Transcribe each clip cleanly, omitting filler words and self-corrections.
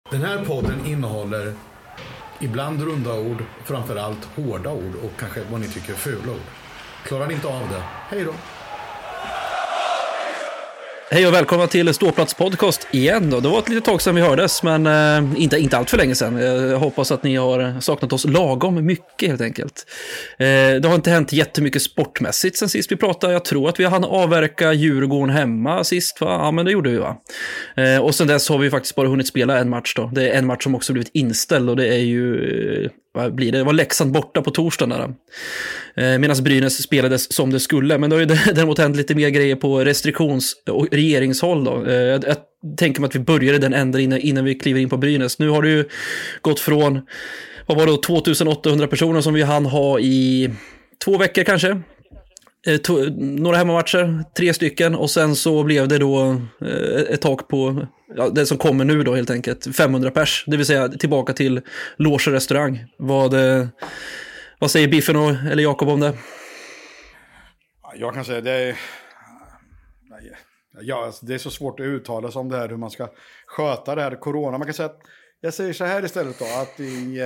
Den här podden innehåller ibland runda ord, framförallt hårda ord och kanske vad ni tycker är fula ord. Klarar ni inte av det? Hej då! Hej och välkomna till Ståplats podcast igen då. Det var ett litet tag sedan vi hördes, men inte allt för länge sedan. Jag hoppas att ni har saknat oss lagom mycket helt enkelt. Det har inte hänt jättemycket sportmässigt sen sist vi pratade. Jag tror att vi hann avverka Djurgården hemma sist, va? Ja, men det gjorde vi, va? Och sen dess har vi faktiskt bara hunnit spela en match då. Det är en match som också blivit inställd och det är ju... vad blir det? Det var Leksand borta på torsdagen där. Medan Brynäs spelades som det skulle. Men då har ju däremot hänt lite mer grejer på restriktions- och regeringshåll då. Jag tänker mig att vi börjar i den änden innan vi kliver in på Brynäs. Nu har det ju gått från, vad var det då, 2800 personer som vi hann ha i 2 veckor kanske. Några hemmamatcher, 3 stycken, och sen så blev det då ett tak på det som kommer nu då helt enkelt, 500 pers, det vill säga tillbaka till loge och restaurang. Vad säger Biffen eller Jakob om det? Jag kan säga det är så svårt att uttala sig om det här, hur man ska sköta det här corona. Man kan säga att jag säger så här istället då, att i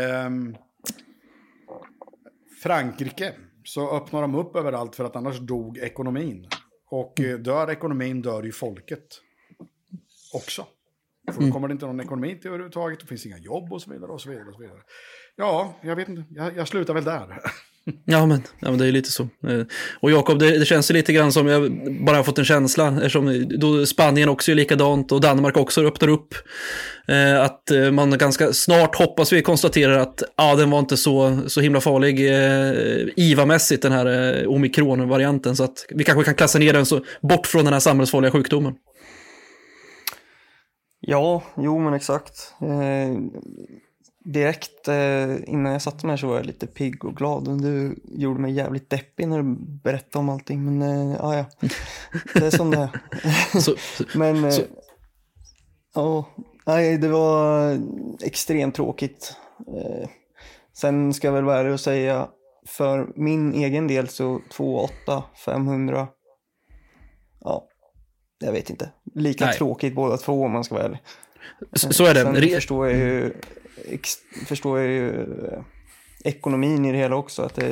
Frankrike så öppnar de upp överallt för att annars dog ekonomin. Och dör ekonomin, dör ju folket också. För då kommer det inte någon ekonomi till överhuvudtaget, det finns inga jobb och så vidare och så vidare och så vidare. Ja, jag vet inte, jag slutar väl där. Ja men det är lite så. Och Jakob, det känns ju lite grann som jag bara har fått en känsla, eftersom då Spanien också är likadant och Danmark också öppnar upp, att man ganska snart, hoppas vi, konstaterar att den var inte så himla farlig IVA-mässigt, den här omikron-varianten, så att vi kanske kan klassa ner den så bort från den här samhällsfarliga sjukdomen. Ja, jo men exakt. Direkt innan jag satte mig så var jag lite pigg och glad. Du gjorde mig jävligt deppig när du berättade om allting. Men ja, det är som det är. Men nej, det var extremt tråkigt. Sen ska jag väl vara ärlig och säga, för min egen del så 2,8, 500. Ja, jag vet inte. Lika tråkigt båda två om man ska vara ärlig. Så är det. Sen förstår jag ju ekonomin i det hela också, att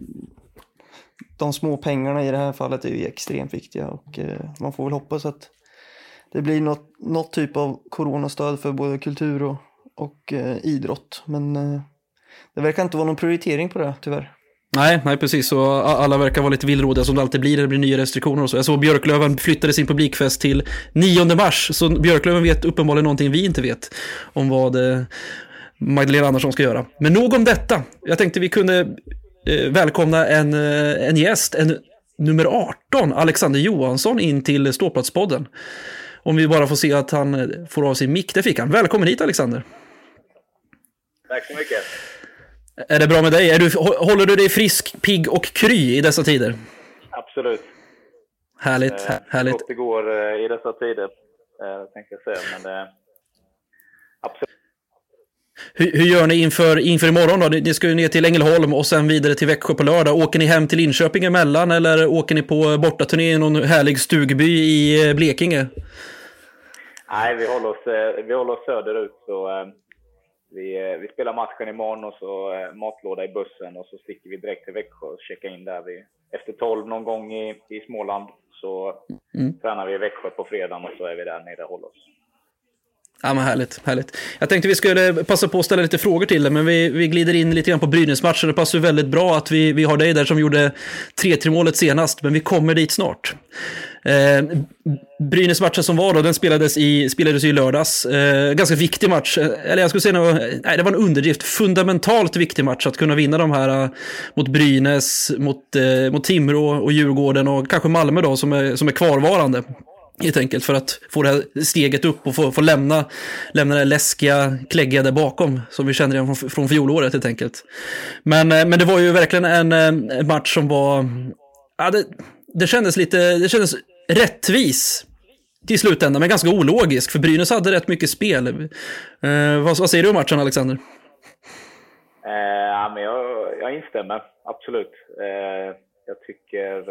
de små pengarna i det här fallet är ju extremt viktiga, och man får väl hoppas att det blir något typ av coronastöd för både kultur och idrott, men det verkar inte vara någon prioritering på det, tyvärr. Nej, precis. Och alla verkar vara lite villrådiga som det alltid blir när det blir nya restriktioner och så. Jag såg Björklöven flyttade sin publikfest till 9 mars, så Björklöven vet uppenbarligen någonting vi inte vet om vad Magdalena Andersson ska göra. Men nog om detta. Jag tänkte vi kunde välkomna en gäst, nummer 18, Alexander Johansson, in till Ståplatspodden. Om vi bara får se att han får av sin mick, det fick han. Välkommen hit, Alexander. Tack så mycket. Är det bra med dig? Håller du dig frisk, pigg och kry i dessa tider? Absolut. Härligt. Och det går i dessa tider, tänkte jag säga. Men absolut. Hur gör ni inför imorgon då? Ni ska ju ner till Ängelholm och sen vidare till Växjö på lördag. Åker ni hem till Linköping emellan, eller åker ni på bortaturné i någon härlig stugby i Blekinge? Nej, vi håller oss söderut, så... Vi spelar matchen imorgon och så matlåda i bussen, och så sticker vi direkt till Växjö och checkar in där efter 12 någon gång i Småland, så tränar vi i Växjö på fredagen och så är vi där nere och håller oss. Ja, men härligt. Jag tänkte vi skulle passa på att ställa lite frågor till det, men vi glider in lite grann på Brynäs-matchen. Det passar ju väldigt bra att vi har dig där som gjorde 3-3-målet senast, men vi kommer dit snart. Brynäs-matchen som var då, den spelades i lördags. Ganska viktig match, eller jag skulle säga det var en underdrift, fundamentalt viktig match att kunna vinna de här mot Brynäs, mot Timrå och Djurgården och kanske Malmö då som är kvarvarande. Helt enkelt för att få det här steget upp och få lämna det läskiga, kläggiga där bakom som vi känner igen från fjolåret helt enkelt. Men det var ju verkligen en match som var... Ja, det kändes rättvis till slutändan, men ganska ologisk, för Brynäs hade rätt mycket spel. Vad säger du om matchen, Alexander? Men jag instämmer, absolut. Jag tycker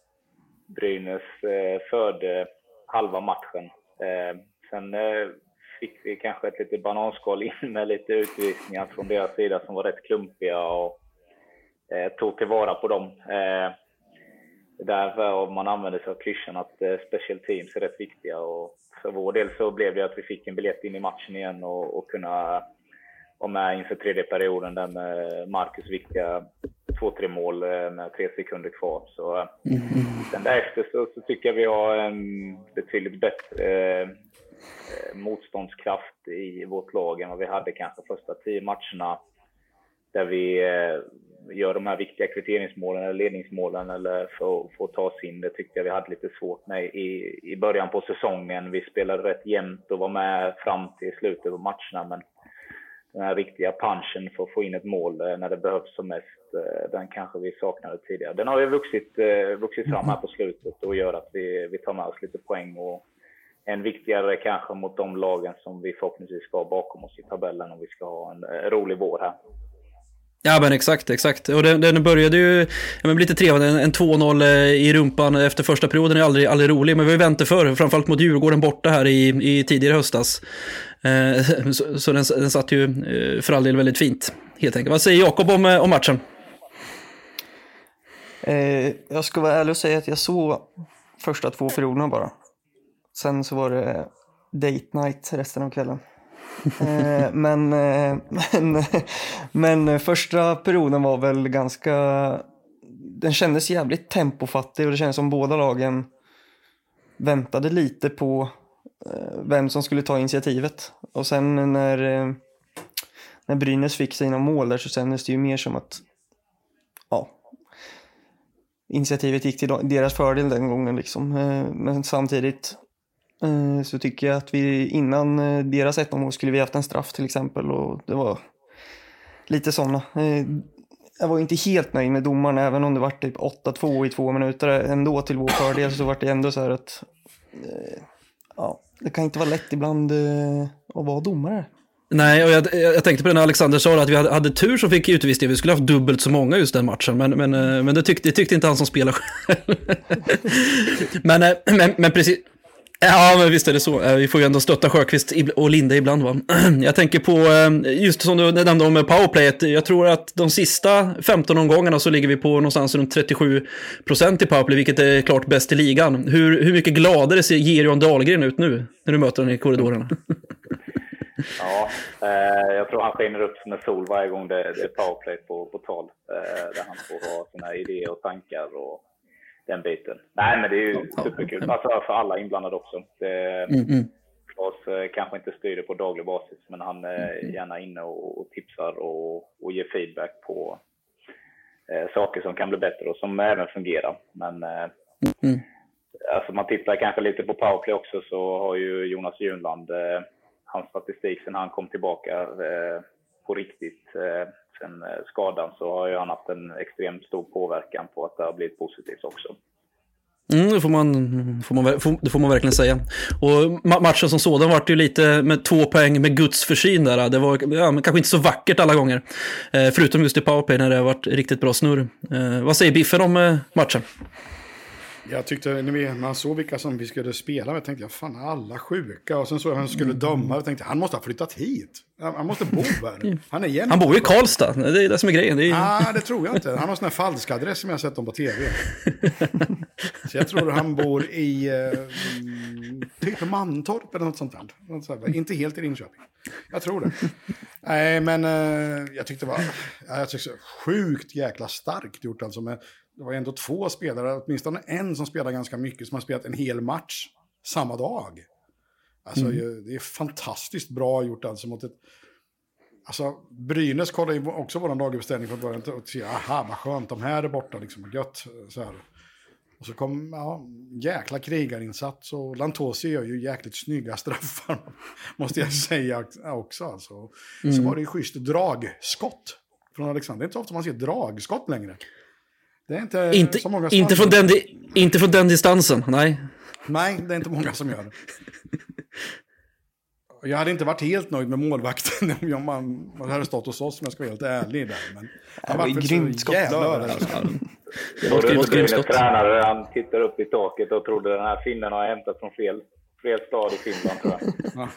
Brynäs förde halva matchen. Sen fick vi kanske ett lite bananskal in med lite utvisningar från deras sida som var rätt klumpiga och tog tillvara på dem. Därför man använder sig av klyschan att special teams är rätt viktiga. Och för vår del så blev det att vi fick en biljett in i matchen igen och kunna vara med inför tredje perioden där med Marcus viktiga 2-3 mål med 3 sekunder kvar. Så sen därefter så tycker jag vi har en betydligt bättre motståndskraft i vårt lag än vad vi hade kanske första 10 matcherna. Där vi gör de här viktiga kvitteringsmålen eller ledningsmålen eller för att ta oss in. Det tyckte jag vi hade lite svårt med i början på säsongen. Vi spelade rätt jämnt och var med fram till slutet av matcherna. Men den här riktiga punchen för att få in ett mål när det behövs som mest, den kanske vi saknade tidigare. Den har ju vuxit fram här på slutet och gör att vi tar med oss lite poäng. Och en viktigare kanske mot de lagen som vi förhoppningsvis ska ha bakom oss i tabellen om vi ska ha en rolig vår här. Ja, men exakt. Och den började ju lite trevande, en 2-0 i rumpan efter första perioden är aldrig rolig, men vi väntar för, framförallt mot Djurgården borta här i tidigare höstas. Så den satt ju för all del väldigt fint, helt enkelt. Vad säger Jakob om matchen? Jag ska vara ärlig och säga att jag såg första 2 perioderna bara. Sen så var det date night resten av kvällen. Men första perioden var väl den kändes jävligt tempofattig och det kändes som båda lagen väntade lite på vem som skulle ta initiativet. Och sen när Brynäs fick sina mål där så kändes det ju mer som att initiativet gick till deras fördel den gången liksom. Men samtidigt så tycker jag att vi innan deras 1-mål skulle vi haft en straff till exempel, och det var lite sådana. Jag var inte helt nöjd med domaren, även om det var typ 8-2 i 2 minuter ändå till vår fördel, så var det ändå så här att det kan inte vara lätt ibland att vara domare. Nej, och jag tänkte på det när Alexander sa att vi hade tur som fick utvisning. Vi skulle ha haft dubbelt så många just den matchen. Men det tyckte inte han som spelar själv. men precis. Ja, men visst är det så. Vi får ju ändå stötta Sjöqvist och Linde ibland, va? Jag tänker på, just som du nämnde om powerplayet. Jag tror att de sista 15 omgångarna så ligger vi på någonstans runt 37% i powerplay, vilket är klart bäst i ligan. Hur mycket gladare ser Georg Dahlgren ut nu när du möter honom i korridorerna? Ja, jag tror han skiner upp som en sol varje gång det är powerplay på tal. Där han får ha sina idéer och tankar och den biten. Nej, men det är ju superkul. Alltså för alla inblandade också. Klas kanske inte styr det på daglig basis, men han är gärna inne och tipsar och ger feedback på saker som kan bli bättre och som även fungerar. Men alltså man tittar kanske lite på powerplay också, så har ju Jonas Junland hans statistik sen han kom tillbaka på riktigt sen skadan, så har ju han haft en extremt stor påverkan på att det har blivit positivt också. Det får man verkligen säga. Och matchen som sådan var ju lite med 2 poäng med Guds försyn där. Det var kanske inte så vackert alla gånger. Förutom just i powerplay när det har varit riktigt bra snurr. Vad säger Biffen om matchen? Jag tyckte när man såg vilka som vi skulle spela, jag tänkte fan alla sjuka, och sen så han skulle döma och tänkte han måste ha flyttat hit. Han måste bo här. Han bor i Karlstad. Det är det som är grejen. Det tror jag inte. Han har sån här falsk adress som jag har sett dem på tv. Så jag tror han bor i typ Mantorp eller något sånt där. Inte helt i Linköping. Jag tror det. Nej, men jag tyckte det var sjukt jäkla starkt gjort alltså med. Det var ändå 2 spelare, åtminstone en som spelar ganska mycket, som har spelat en hel match samma dag. Alltså det är fantastiskt bra gjort alltså mot ett... Alltså Brynäs kollade ju också våran daguppställning från början och säga, aha vad skönt, de här är borta liksom, gött så här. Och så kom jäkla krigarinsats, och Lantosi gör ju jäkligt snygga straffar måste jag säga också alltså. Så var det ju schysst dragskott från Alexander. Det är inte så ofta man ser dragskott längre. Det är inte så många som inte från den distansen, nej. Nej, det är inte många som gör det. Jag hade inte varit helt nöjd med målvakten om man hade stått hos oss, om jag ska vara helt ärlig där. Men han var grymt skott. Det var tränare, han tittar upp i taket och trodde den här finnen har hämtat från fel fred stad i Finland, tror jag. Ja.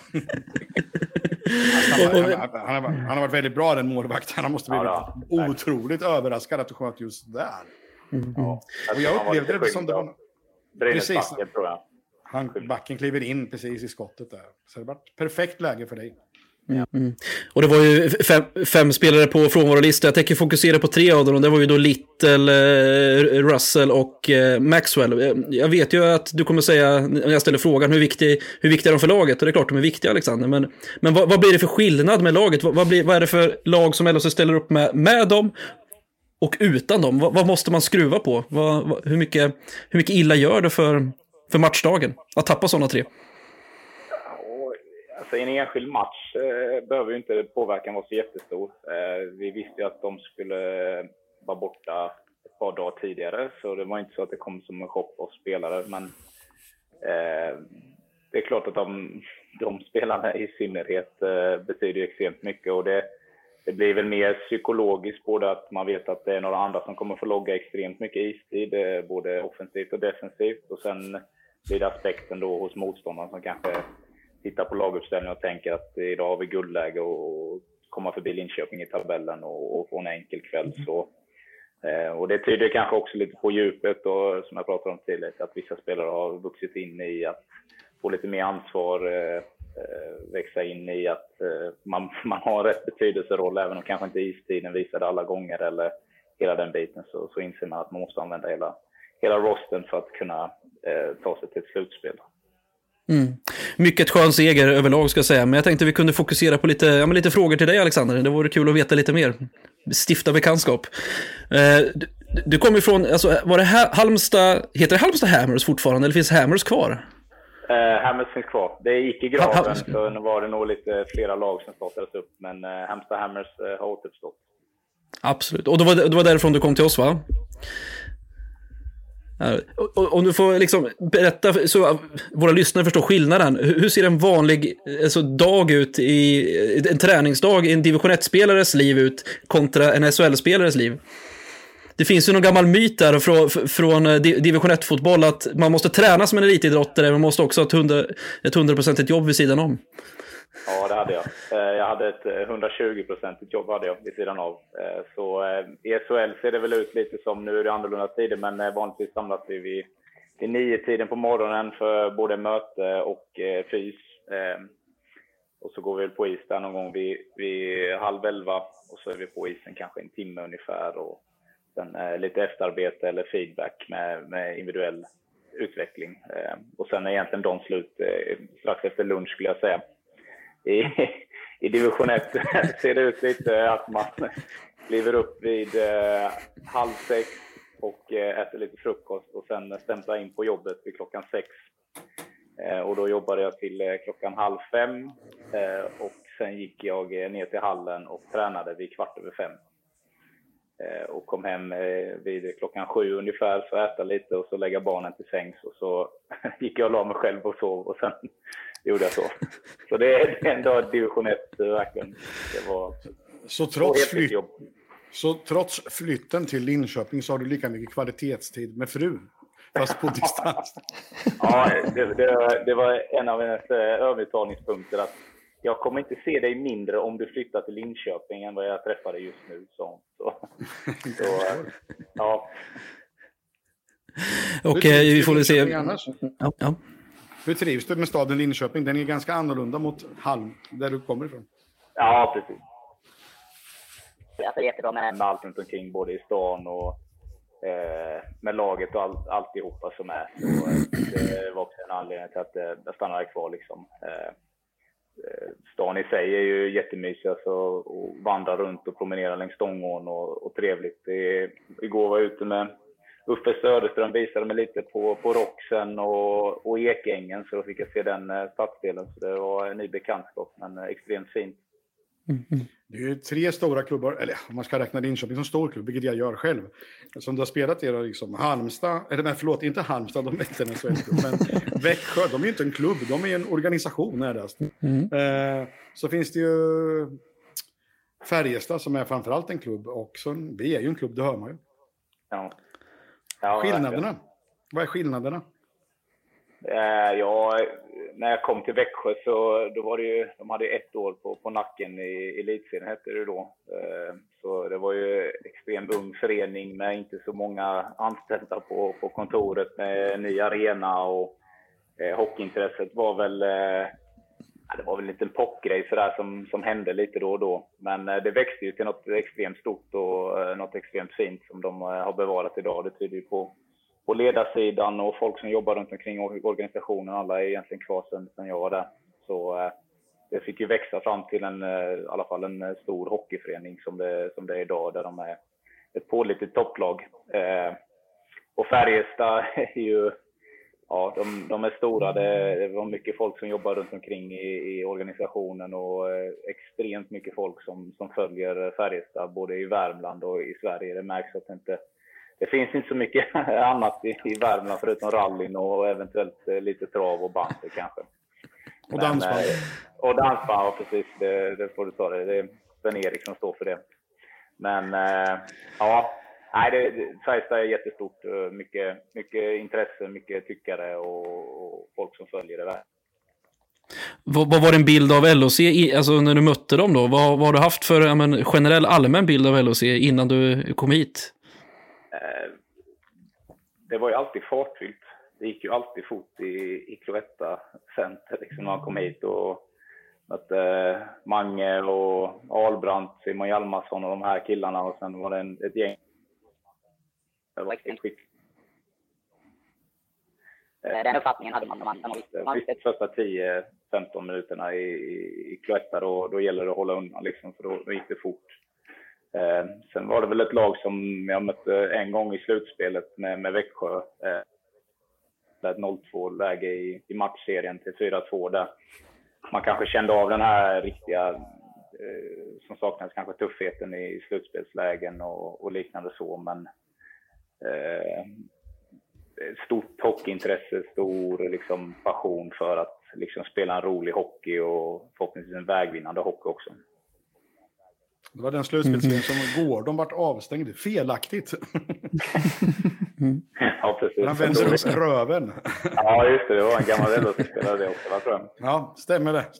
Han har varit väldigt bra, den målvakten. Han måste bli otroligt överraskad att du sköt just där. Ja. Och jag upplevde det som det var... Precis. Tror jag. Backen kliver in precis i skottet där. Så det var ett perfekt läge för dig. Och det var ju 5 spelare på frånvarolista. Jag tänker fokusera på 3 av dem. Det var ju då Little, Russell och Maxwell. Jag vet ju att du kommer säga, när jag ställer frågan, hur viktiga är de för laget? Och det är klart de är viktiga, Alexander. Men vad blir det för skillnad med laget? Vad är det för lag som LHC ställer upp med dem och utan dem? Vad måste man skruva på? Hur mycket illa gör det för matchdagen att tappa sådana 3? Alltså, i en enskild match behöver ju inte påverkan vara så jättestor. Vi visste ju att de skulle vara borta ett par dagar tidigare, så det var inte så att det kom som en chock av spelare. Men det är klart att de spelarna i synnerhet betyder extremt mycket, och det blir väl mer psykologiskt, både att man vet att det är några andra som kommer få logga extremt mycket istid, både offensivt och defensivt, och sen blir det aspekten då hos motståndaren som kanske tittar på laguppställningen och tänker att idag har vi guldläge och komma förbi Linköping i tabellen och få en enkel kväll. Så, och det tyder kanske också lite på djupet, och som jag pratade om tidigare, att vissa spelare har vuxit in i att få lite mer ansvar, växa in i att man har rätt betydelseroll, även om kanske inte istiden visar det alla gånger eller hela den biten, så inser man att man måste använda hela rosten för att kunna ta sig till ett slutspel. Mycket skön seger överlag, ska jag säga. Men jag tänkte vi kunde fokusera på lite frågor till dig, Alexander. Det vore kul att veta lite mer. Stifta bekantskap. Du kom ifrån, alltså, var det Halmstad, heter det Halmstad Hammers fortfarande, eller finns Hammers kvar? Hammers finns kvar. Det gick i graven, så nu var det nog lite flera lag som startades upp. Men Halmstad Hammers har återuppstått. Absolut. Och det var därifrån du kom till oss, va? Om du får liksom berätta så våra lyssnare förstår skillnaden. Hur ser en vanlig dag ut, en träningsdag i en division 1-spelares liv ut kontra en SHL-spelares liv? Det finns ju någon gammal myt där från division 1-fotboll att man måste träna som en elitidrottare, men man måste också ha ett 100% jobb vid sidan om. Ja, det hade jag. Jag hade ett 120% jobb hade jag vid sidan av. Så i SHL ser det väl ut lite som, nu är det annorlunda tider, men vanligtvis samlas vi vid 9-tiden på morgonen för både möte och fys. Och så går vi på is där någon gång vid 10:30, och så är vi på isen kanske en timme ungefär, och sen lite efterarbete eller feedback med individuell utveckling. Och sen är egentligen de slut strax efter lunch, skulle jag säga. I division 1 ser det ut lite att man kliver upp vid 5:30 och äter lite frukost, och sen stämplar in på jobbet vid 6:00. Och då jobbade jag till 5:45, och sen gick jag ner till hallen och tränade vid 5:15. Och kom hem vid 7:00 ungefär, så äta lite och så lägga barnen till sängs, och så gick jag och la mig själv och sov, och sen gjorde jag så. Så det är ändå division 1 verkligen. Det var så trots flytten till Linköping så har du lika mycket kvalitetstid med frun, fast på distans. Ja, det var en av hennes övertalningspunkter, att jag kommer inte se dig mindre om du flyttar till Linköping än vad jag träffar dig just nu. Så ja. Okej, vi får se. Ja. Hur trivs du med staden Linköping? Den är ganska annorlunda mot Halm, där du kommer ifrån. Ja, precis. Alltså, jättebra med allt runt omkring, både i stan och med laget och alltihopa som är. Så det var också en anledning till att jag stannade kvar liksom. Stan i sig är ju jättemysig, alltså, och vandra runt och promenera längs Stångån och trevligt. Igår var jag ute med Uffe Söderström, visade mig lite på Roxen och Ekängen, så då fick jag se den stadsdelen. Så det var en ny bekantskap, men extremt fint. Det är ju 3 stora klubbar, eller om man ska räkna Linköping som stor klubb, vilket jag gör själv. Som du har spelat i liksom Halmstad, inte Halmstad, de är inte en SHL-klubb, men Växjö, de är ju inte en klubb, de är en organisation närast. Så finns det ju Färjestad som är framförallt en klubb, och så, vi är ju en klubb, det hör man ju. Ja, skillnaderna. Vad är skillnaderna? Ja, när jag kom till Växjö så då var det ju, de hade 1 år på nacken i elitserien hette det då. Så det var ju extremt ung förening med inte så många anställda på kontoret med ny arena och hockeyintresset var väl det var väl en liten popgrej sådär som hände lite då och då. Men det växte ju till något extremt stort och något extremt fint som de har bevarat idag. Det tyder ju på ledarsidan och folk som jobbar runt omkring organisationen. Alla är egentligen kvar sen jag var där. Så det fick ju växa fram till i alla fall en stor hockeyförening som det är idag. Där de är ett pålitligt topplag. Och Färjestad är ju... Ja, de är stora. Det var mycket folk som jobbar runt omkring i organisationen och extremt mycket folk som följer Färjestad både i Värmland och i Sverige. Det märks att det finns inte så mycket annat i Värmland förutom rallyn och eventuellt lite trav och bandy kanske. Och dansband. Och dansband, ja, precis. Det får du ta det. Det är Sven-Erik som står för det. Men ja... Nej, Färjestad är jättestort. Mycket intresse, mycket tyckare och folk som följer det där. Vad var din bild av LHC alltså när du mötte dem då? Vad har du haft för generell allmän bild av LHC innan du kom hit? Det var ju alltid fartfyllt. Det gick ju alltid fort i Cloetta Center liksom, när man kom hit. Och mötte Mange och Albrandt, Simon Hjalmarsson och de här killarna. Och sen var det ett gäng. Det var extremt skick. Den uppfattningen hade man. De första 10-15 minuterna i Cloetta då gäller det att hålla undan liksom, för då gick det fort. Sen var det väl ett lag som jag mötte en gång i slutspelet med Växjö. Ett 0-2-läge i matchserien till 4-2 där man kanske kände av den här riktiga som saknas kanske tuffheten i slutspelslägen och liknande så, men stort hockeyintresse, stor liksom passion för att liksom spela en rolig hockey och förhoppningsvis en vägvinnande hockey också. Det var den slutspelsserien som Gordon vart avstängd. Felaktigt. Ja, precis. Han vänder upp röven. Ja, just det. Det var en gammal LHC-spelare det också, tror jag. Ja, stämmer det.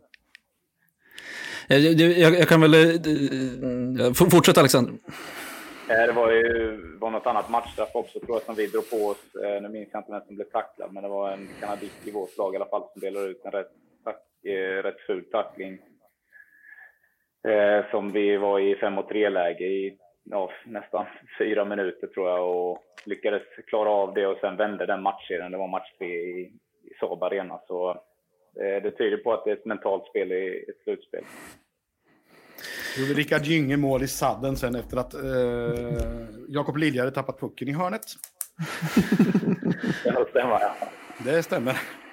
Jag kan väl fortsätta, Alexander. Det var något annat matchstraff också, tror jag, som vi drog på oss. Nu minns jag inte vem som blev tacklad, men det var en kanadisk i vårt lag i alla fall som delade ut en rätt ful tackling. Som vi var i 5-3-läge i nästan 4 minuter tror jag, och lyckades klara av det och sen vände den matchen. Det var match 3 i Saab Arena, så det tyder på att det är ett mentalt spel i ett slutspel. gjorde Rickard Gynge mål i sadden sen efter att Jakob Lilja hade tappat pucken i hörnet. Det stämmer, ja. Det stämmer.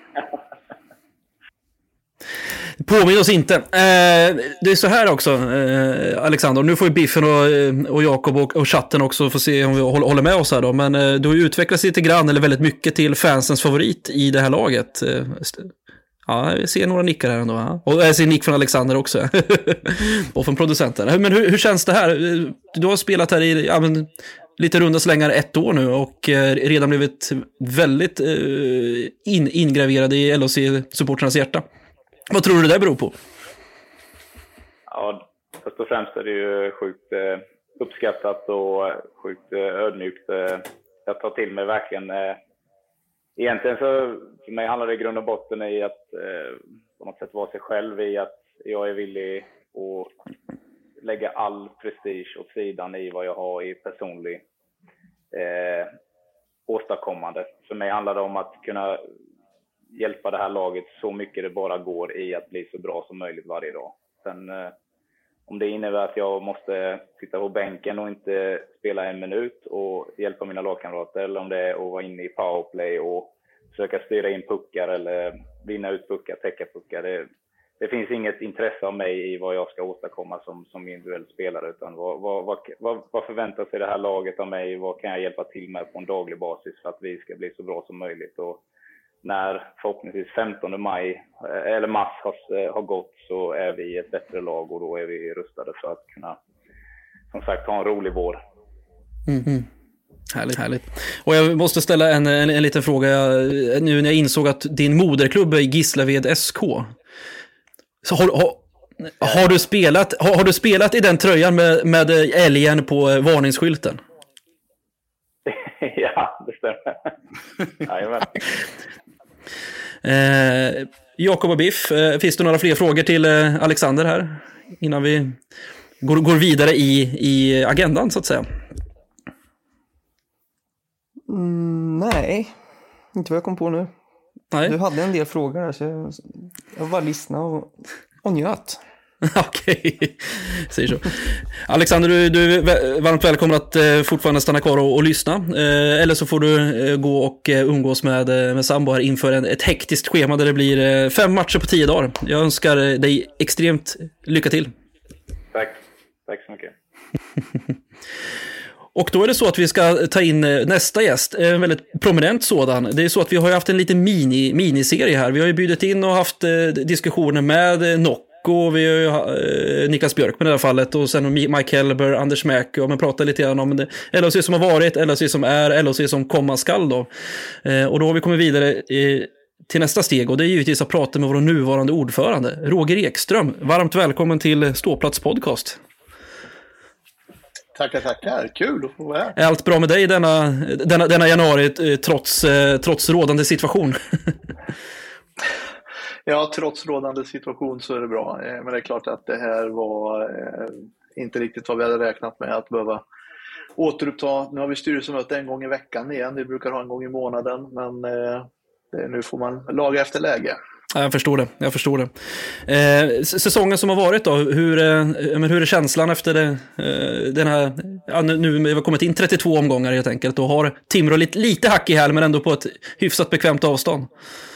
Påminn oss inte. Det är så här också, Alexander. Nu får ju Biffen och Jakob och chatten också få se om vi håller med oss här då. Men du har utvecklats lite grann, eller väldigt mycket, till fansens favorit i det här laget. Ja, jag ser några nickar här ändå. Ja. Och jag ser nick från Alexander också. Och från producenten. Men hur känns det här? Du har spelat här i lite runda slängar 1 år nu och redan blivit väldigt ingraverad i LHC-supporternas hjärta. Vad tror du det där beror på? Ja, först och främst är det ju sjukt uppskattat och sjukt ödmjukt. Jag tar till mig verkligen. Egentligen så för mig handlar det i grund och botten i att på något sätt vara sig själv, i att jag är villig att lägga all prestige åt sidan i vad jag har i personlig åstadkommande. För mig handlar det om att kunna hjälpa det här laget så mycket det bara går i att bli så bra som möjligt varje dag. Sen om det innebär att jag måste sitta på bänken och inte spela 1 minut och hjälpa mina lagkamrater, eller om det är att vara inne i powerplay och försöka styra in puckar eller vinna ut puckar, täcka puckar. Det finns inget intresse av mig i vad jag ska åstadkomma som individuell spelare, utan vad förväntar sig det här laget av mig? Vad kan jag hjälpa till med på en daglig basis för att vi ska bli så bra som möjligt? Och när förhoppningsvis 15 maj eller mars har gått, så är vi ett bättre lag och då är vi rustade för att kunna, som sagt, ha en rolig vår. Mm-hmm. Härligt. Och jag måste ställa en liten fråga nu när jag insåg att din moderklubb är Gislaved SK. Så har du spelat i den tröjan med älgen på varningsskylten? Ja, det stämmer. Jajamän. Jakob och Biff, finns det några fler frågor till Alexander här innan vi går vidare i agendan så att säga? Nej, inte vad jag kom på nu. Nej. Du hade en del frågor här, så jag bara lyssnade och njöt. Okej, säger så. Alexander, du är varmt välkommen att fortfarande stanna kvar och lyssna. Eller så får du gå och umgås med sambo här inför ett hektiskt schema där det blir 5 matcher på 10 dagar. Jag önskar dig extremt lycka till. Tack så mycket. Och då är det så att vi ska ta in nästa gäst, en väldigt prominent sådan. Det är så att vi har haft en liten miniserie här. Vi har ju bjudit in och haft diskussioner med Nocco, vi har ju Niklas Björk i det här fallet, och sen Mike Helber, Anders Mäck, och man pratar lite grann om LHC som har varit, LHC som är, LHC som komma skall då. Och då har vi kommit vidare till nästa steg, och det är givetvis att prata med vår nuvarande ordförande, Roger Ekström. Varmt välkommen till Ståplats podcast. Tackar. Kul att få vara här. Är allt bra med dig denna januari trots rådande situation? Ja, trots rådande situation så är det bra. Men det är klart att det här var inte riktigt vad vi hade räknat med att behöva återuppta. Nu har vi styrelsemöte en gång i veckan igen. Vi brukar ha en gång i månaden. Men nu får man laga efter läge. Jag förstår det. Säsongen som har varit då, hur är känslan efter den här, nu har vi kommit in 32 omgångar helt enkelt, och har Timrå lite hack i häl men ändå på ett hyfsat bekvämt avstånd.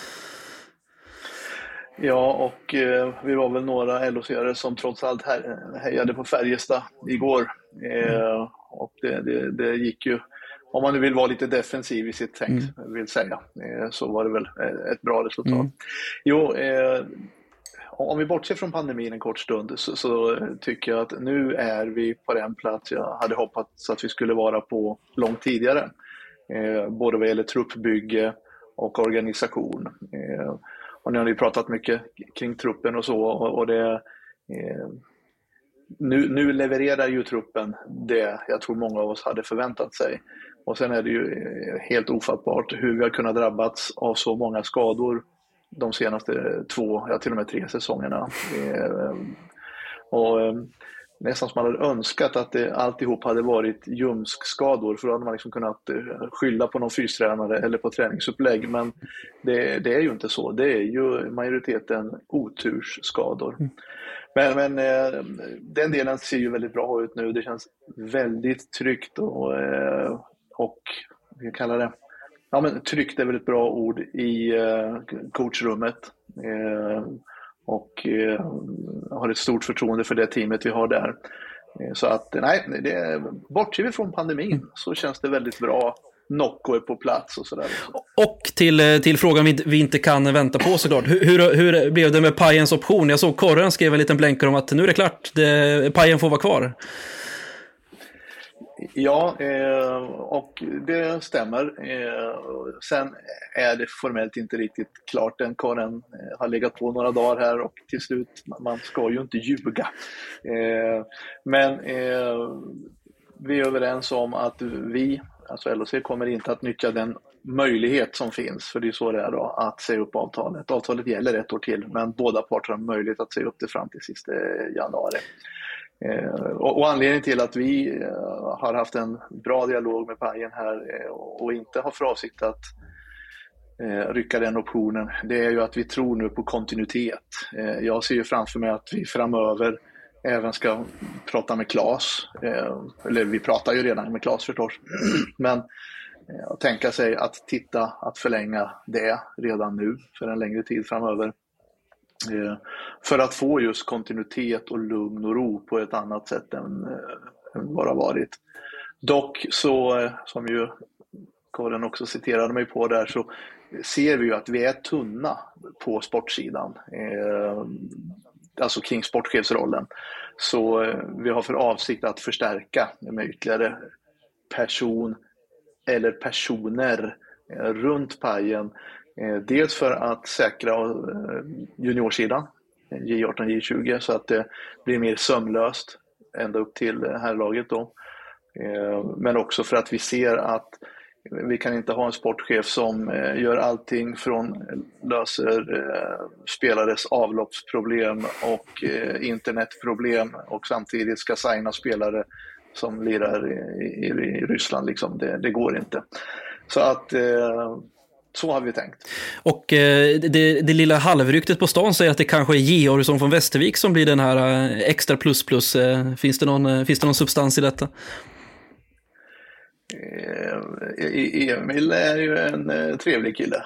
Ja, och vi var väl några LHC-are som trots allt hejade på Färjestad igår. Och det gick ju, om man nu vill vara lite defensiv i sitt tänk, vill säga, så var det väl ett bra resultat. Jo, om vi bortser från pandemin en kort stund så tycker jag att nu är vi på den plats jag hade hoppats att vi skulle vara på långt tidigare. Både vad gäller truppbygge och organisation. Och nu har vi pratat mycket kring truppen och så, och det nu levererar ju truppen det jag tror många av oss hade förväntat sig. Och sen är det ju helt ofattbart hur vi har kunnat drabbats av så många skador de senaste 2, till och med 3 säsongerna. Och nästan som man hade önskat att det alltihop hade varit ljumskskador, för då hade man liksom kunnat skylla på någon fystränare eller på träningsupplägg. Men det är ju inte så. Det är ju majoriteten otursskador. Men den delen ser ju väldigt bra ut nu. Det känns väldigt tryggt och vi kallar det, ja men tryggt är väl ett bra ord i coachrummet. Och har ett stort förtroende för det teamet vi har där. Så att nej, bortser vi från pandemin så känns det väldigt bra. Nocco är på plats och sådär. Och till frågan vi inte kan vänta på såklart. Hur blev det med Pajens option? Jag såg Korren skrev en liten blänkare om att nu är det klart, Pajen får vara kvar. Ja, och det stämmer. Sen är det formellt inte riktigt klart. Den Korren har legat på några dagar här och till slut, man ska ju inte ljuga. Men vi är överens om att alltså LHC kommer inte att nyttja den möjlighet som finns, för det är så det är då, att säga upp avtalet. Avtalet gäller 1 år till, men båda parter har möjlighet att säga upp det fram till sista januari. Och anledningen till att vi har haft en bra dialog med Pajen här och inte har för avsikt att rycka den optionen, det är ju att vi tror nu på kontinuitet. Jag ser ju framför mig att vi framöver även ska prata med Claes, eller vi pratar ju redan med Claes förstås, men att tänka sig att förlänga det redan nu för en längre tid framöver. För att få just kontinuitet och lugn och ro på ett annat sätt än vad det har varit. Dock så, som ju Karin också citerade mig på där, så ser vi ju att vi är tunna på sportsidan. Alltså kring sportchefsrollen. Så vi har för avsikt att förstärka med ytterligare person eller personer runt pajen. Dels för att säkra juniorsidan, J18, J20, så att det blir mer sömlöst ända upp till herrlaget då. Men också för att vi ser att vi kan inte ha en sportchef som gör allting från löser spelares avloppsproblem och internetproblem och samtidigt ska signa spelare som lirar i Ryssland. Liksom. Det går inte. Så att så har vi tänkt. Och det lilla halvryktet på stan säger att det kanske är Georgsson från Västervik som blir den här extra plus. Finns det någon substans i detta? Emil är ju en trevlig kille.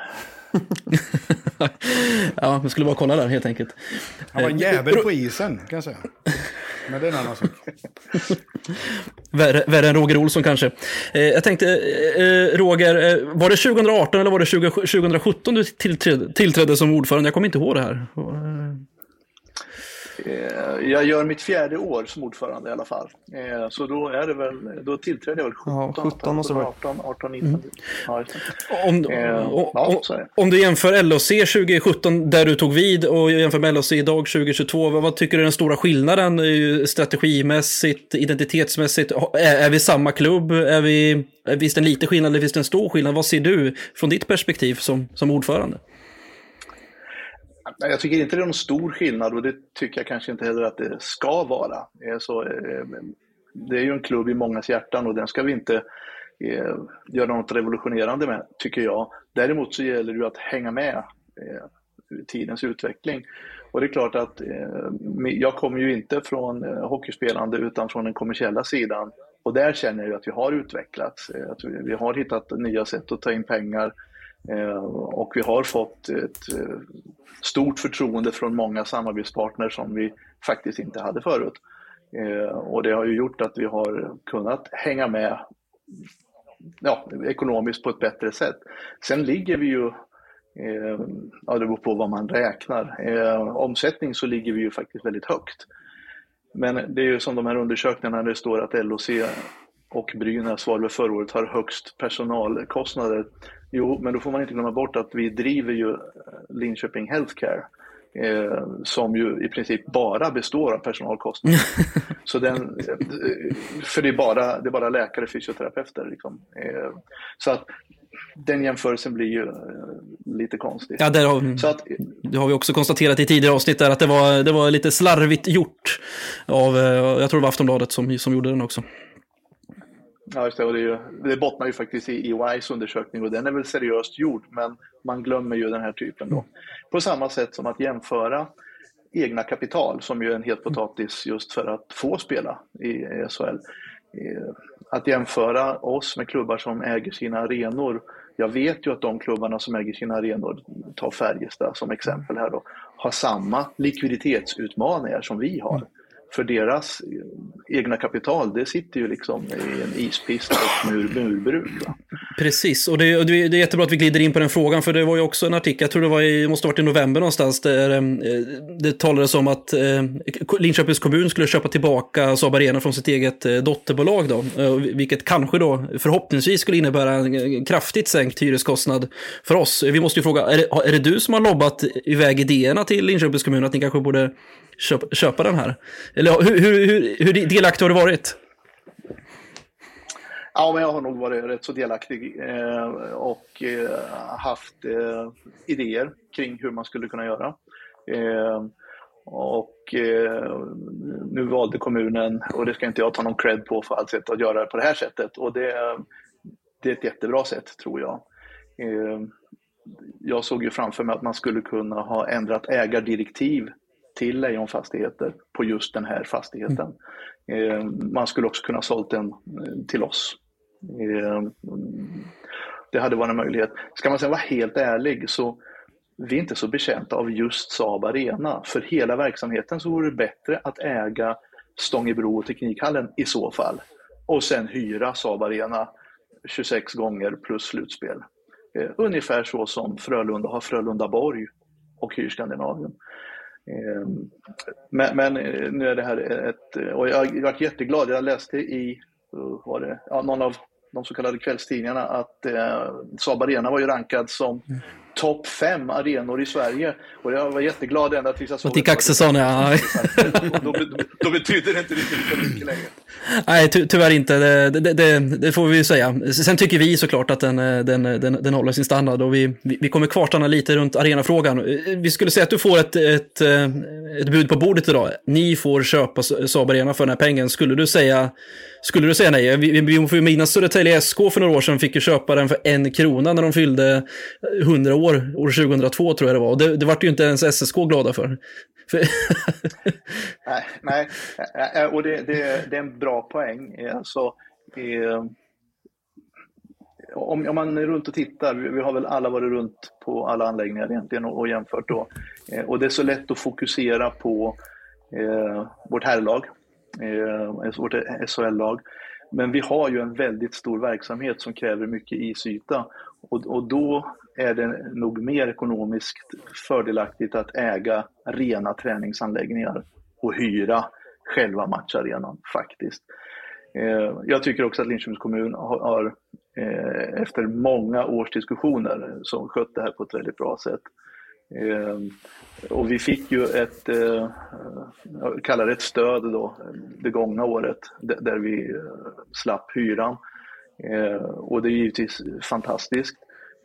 Ja, vi skulle bara kolla där helt enkelt. Han var en jävel på isen, kan jag säga. Men det är en annan sak. Värre än Roger Olsson kanske. Jag tänkte, Roger, var det 2018 eller var det 2017 du tillträdde som ordförande? Jag kommer inte ihåg det här. Jag gör mitt 4:e år som ordförande i alla fall. Så då är det väl, då tillträdde jag väl 17 och så 18, 19. Ja, om du jämför LHC 2017 där du tog vid och jämför med LHC idag 2022, vad tycker du är den stora skillnaden strategimässigt, identitetsmässigt? Är vi samma klubb? Finns det en liten skillnad eller finns det en stor skillnad? Vad ser du från ditt perspektiv som ordförande? Jag tycker inte det är någon stor skillnad och det tycker jag kanske inte heller att det ska vara. Det är ju en klubb i mångas hjärtan och den ska vi inte göra något revolutionerande med, tycker jag. Däremot så gäller det ju att hänga med tidens utveckling. Och det är klart att jag kommer ju inte från hockeyspelande utan från den kommersiella sidan. Och där känner jag ju att vi har utvecklats. Att vi har hittat nya sätt att ta in pengar. Och vi har fått ett stort förtroende från många samarbetspartner som vi faktiskt inte hade förut. Och det har ju gjort att vi har kunnat hänga med ekonomiskt på ett bättre sätt. Sen ligger vi ju, det beror på vad man räknar. Omsättning så ligger vi ju faktiskt väldigt högt. Men det är ju som de här undersökningarna där det står att LHC och Brynäs var väl förra året har högst personalkostnader. Jo, men då får man inte glömma bort att vi driver ju Linköping Healthcare som ju i princip bara består av personalkostnader. Så för det är bara läkare och fysioterapeuter. Liksom. Så att den jämförelsen blir ju lite konstig. Ja, det har vi också konstaterat i tidigare avsnitt där att det var lite slarvigt gjort av, jag tror det var Aftonbladet som gjorde den också. Ja, just det, och det bottnar ju faktiskt i EYs undersökning och den är väl seriöst gjord, men man glömmer ju den här typen då. På samma sätt som att jämföra egna kapital, som ju är en het potatis just för att få spela i SHL. Att jämföra oss med klubbar som äger sina arenor. Jag vet ju att de klubbarna som äger sina arenor, tar Färjestad som exempel här då, har samma likviditetsutmaningar som vi har. För deras egna kapital, det sitter ju liksom i en ispist och murbruk. Va? Precis, och det är jättebra att vi glider in på den frågan, för det var ju också en artikel, jag tror det måste ha varit i november någonstans, där det talades om att Linköpings kommun skulle köpa tillbaka Saab Arena från sitt eget dotterbolag då, vilket kanske då förhoppningsvis skulle innebära en kraftigt sänkt hyreskostnad för oss. Vi måste ju fråga, är det du som har lobbat iväg idéerna till Linköpings kommun att ni kanske borde köpa den här? Eller hur delaktig har du varit? Ja, men jag har nog varit rätt så delaktig och haft idéer kring hur man skulle kunna göra. Nu valde kommunen, och det ska inte jag ta någon cred på för allt sätt, att göra det på det här sättet. Och det är ett jättebra sätt, tror jag. Jag såg ju framför mig att man skulle kunna ha ändrat ägardirektiv till Lejonfastigheter på just den här fastigheten. Man skulle också kunna ha sålt den till oss. Det hade varit en möjlighet. Ska man säga vara helt ärlig, så vi är inte så betjänta av just Saab Arena. För hela verksamheten så vore det bättre att äga Stångebro och Teknikhallen i så fall. Och sen hyra Saab Arena 26 gånger plus slutspel. Ungefär så som Frölunda har Frölundaborg och hyr Skandinavien. Men nu är det här och jag har varit jätteglad. Jag läste i någon av de så kallade kvällstidningarna att Saab Arena var ju rankad som topp 5 arenor i Sverige. Och jag var jätteglad ända tills jag såg Mattias Axelsson, ja. Då betyder det inte riktigt mycket längre. Nej, tyvärr inte. Det får vi ju säga. Sen tycker vi såklart att den håller sin standard och vi kommer kvarstanna lite runt arenafrågan. Vi skulle säga att du får ett bud på bordet idag. Ni får köpa Saab Arena för den här pengen. Skulle du säga nej? Vi får ju minnas Södertälje SK för några år sedan fick ju köpa den för 1 krona när de fyllde 100 år 2002 tror jag det var. Och det var ju inte ens SSK glada för. Nej, och det är en bra poäng. Alltså, om man är runt och tittar, vi har väl alla varit runt på alla anläggningar egentligen och jämfört då. Och det är så lätt att fokusera på vårt herrlag, vårt SHL-lag. Men vi har ju en väldigt stor verksamhet som kräver mycket isyta. Och då är det nog mer ekonomiskt fördelaktigt att äga rena träningsanläggningar och hyra själva matcharenan faktiskt. Jag tycker också att Linköpings kommun har efter många års diskussioner som skött det här på ett väldigt bra sätt. Och vi fick ju jag kallar det ett stöd då, det gångna året där vi slapp hyran. Och det är givetvis fantastiskt.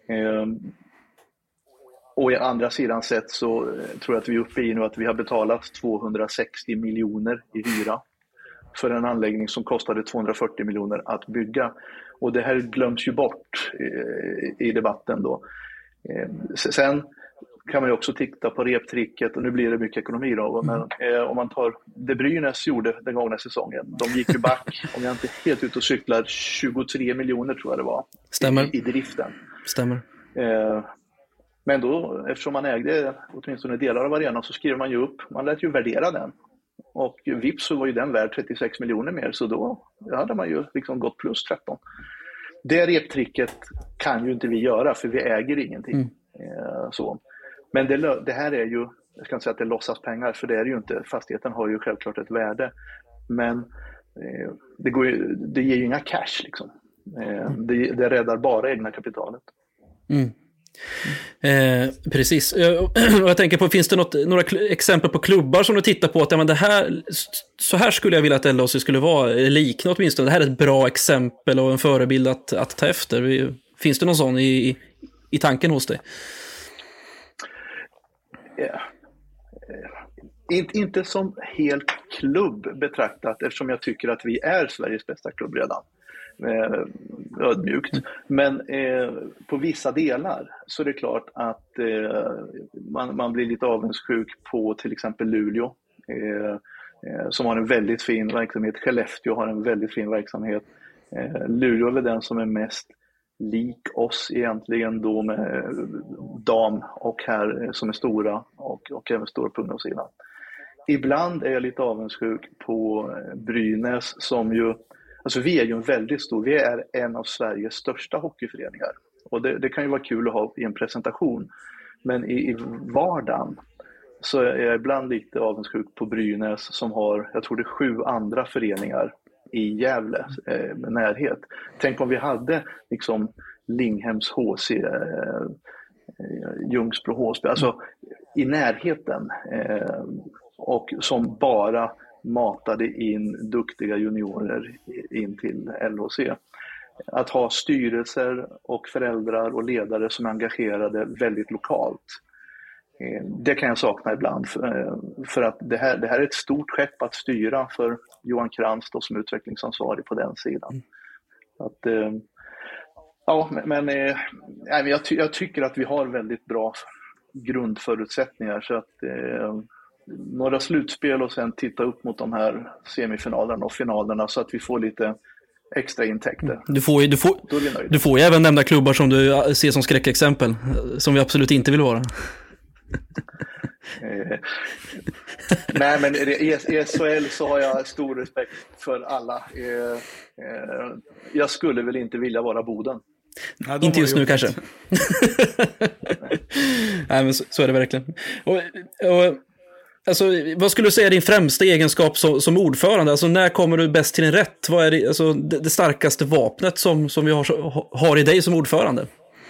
Och i andra sidan sett så tror jag att vi är uppe i nu att vi har betalat 260 miljoner i hyra för en anläggning som kostade 240 miljoner att bygga. Och det här glöms ju bort i debatten då. Sen kan man ju också titta på reptricket, och nu blir det mycket ekonomi då, men om man tar det Brynäs gjorde den gångna säsongen, de gick ju back, om jag inte är helt ute och cyklar, 23 miljoner tror jag det var. Stämmer. I driften. Stämmer. Men då, eftersom man ägde åtminstone delar av arenan, så skrev man ju upp, man lät ju värdera den. Och vips så var ju den värd 36 miljoner mer, så då hade man ju liksom gått plus 13. Det reptricket kan ju inte vi göra, för vi äger ingenting. Så. Men det här är ju, jag ska inte säga att det låtsas pengar, för det är det ju inte. Fastigheten har ju självklart ett värde. Men det ger ju inga cash liksom. Det räddar bara egna kapitalet. Precis. Och jag tänker på, finns det några exempel på klubbar som du tittar på att men så här skulle jag vilja att LHC skulle vara, likna åtminstone. Det här är ett bra exempel och en förebild att ta efter. Finns det någon sån i tanken hos dig? Inte som helt klubb betraktat, eftersom jag tycker att vi är Sveriges bästa klubb redan. Ödmjukt. Men på vissa delar så är det klart att man blir lite avundsjuk på till exempel Luleå som har en väldigt fin verksamhet. Skellefteå har en väldigt fin verksamhet. Luleå är väl den som är mest lik oss egentligen då, med dam och herr som är stora och även stora på ungdomssidan. Ibland är jag lite avundsjuk på Brynäs som ju, alltså vi är ju en väldigt stor, vi är en av Sveriges största hockeyföreningar. Och det kan ju vara kul att ha i en presentation. Men i vardagen så är jag ibland lite avundsjuk på Brynäs som har, jag tror det är 7 andra föreningar i Gävle med närhet. Tänk om vi hade liksom Linghems HC, Ljungsbro HSB, alltså i närheten, och som bara matade in duktiga juniorer in till LHC. Att ha styrelser och föräldrar och ledare som är engagerade väldigt lokalt. Det kan jag sakna ibland, för att det här är ett stort skepp att styra för Johan Krantz då, som utvecklingsansvarig på den sidan. Jag tycker att vi har väldigt bra grundförutsättningar, så att några slutspel och sen titta upp mot de här semifinalerna och finalerna så att vi får lite extra intäkter. Du får ju även nämna klubbar som du ser som skräckexempel, som vi absolut inte vill vara. Nej, men i SHL så har jag stor respekt för alla. Jag skulle väl inte vilja vara Boden. Nej, inte just nu kanske. Nej, men så är det verkligen. Alltså, vad skulle du säga är din främsta egenskap som ordförande? Alltså, när kommer du bäst till din rätt? Vad är det starkaste vapnet som vi har i dig som ordförande?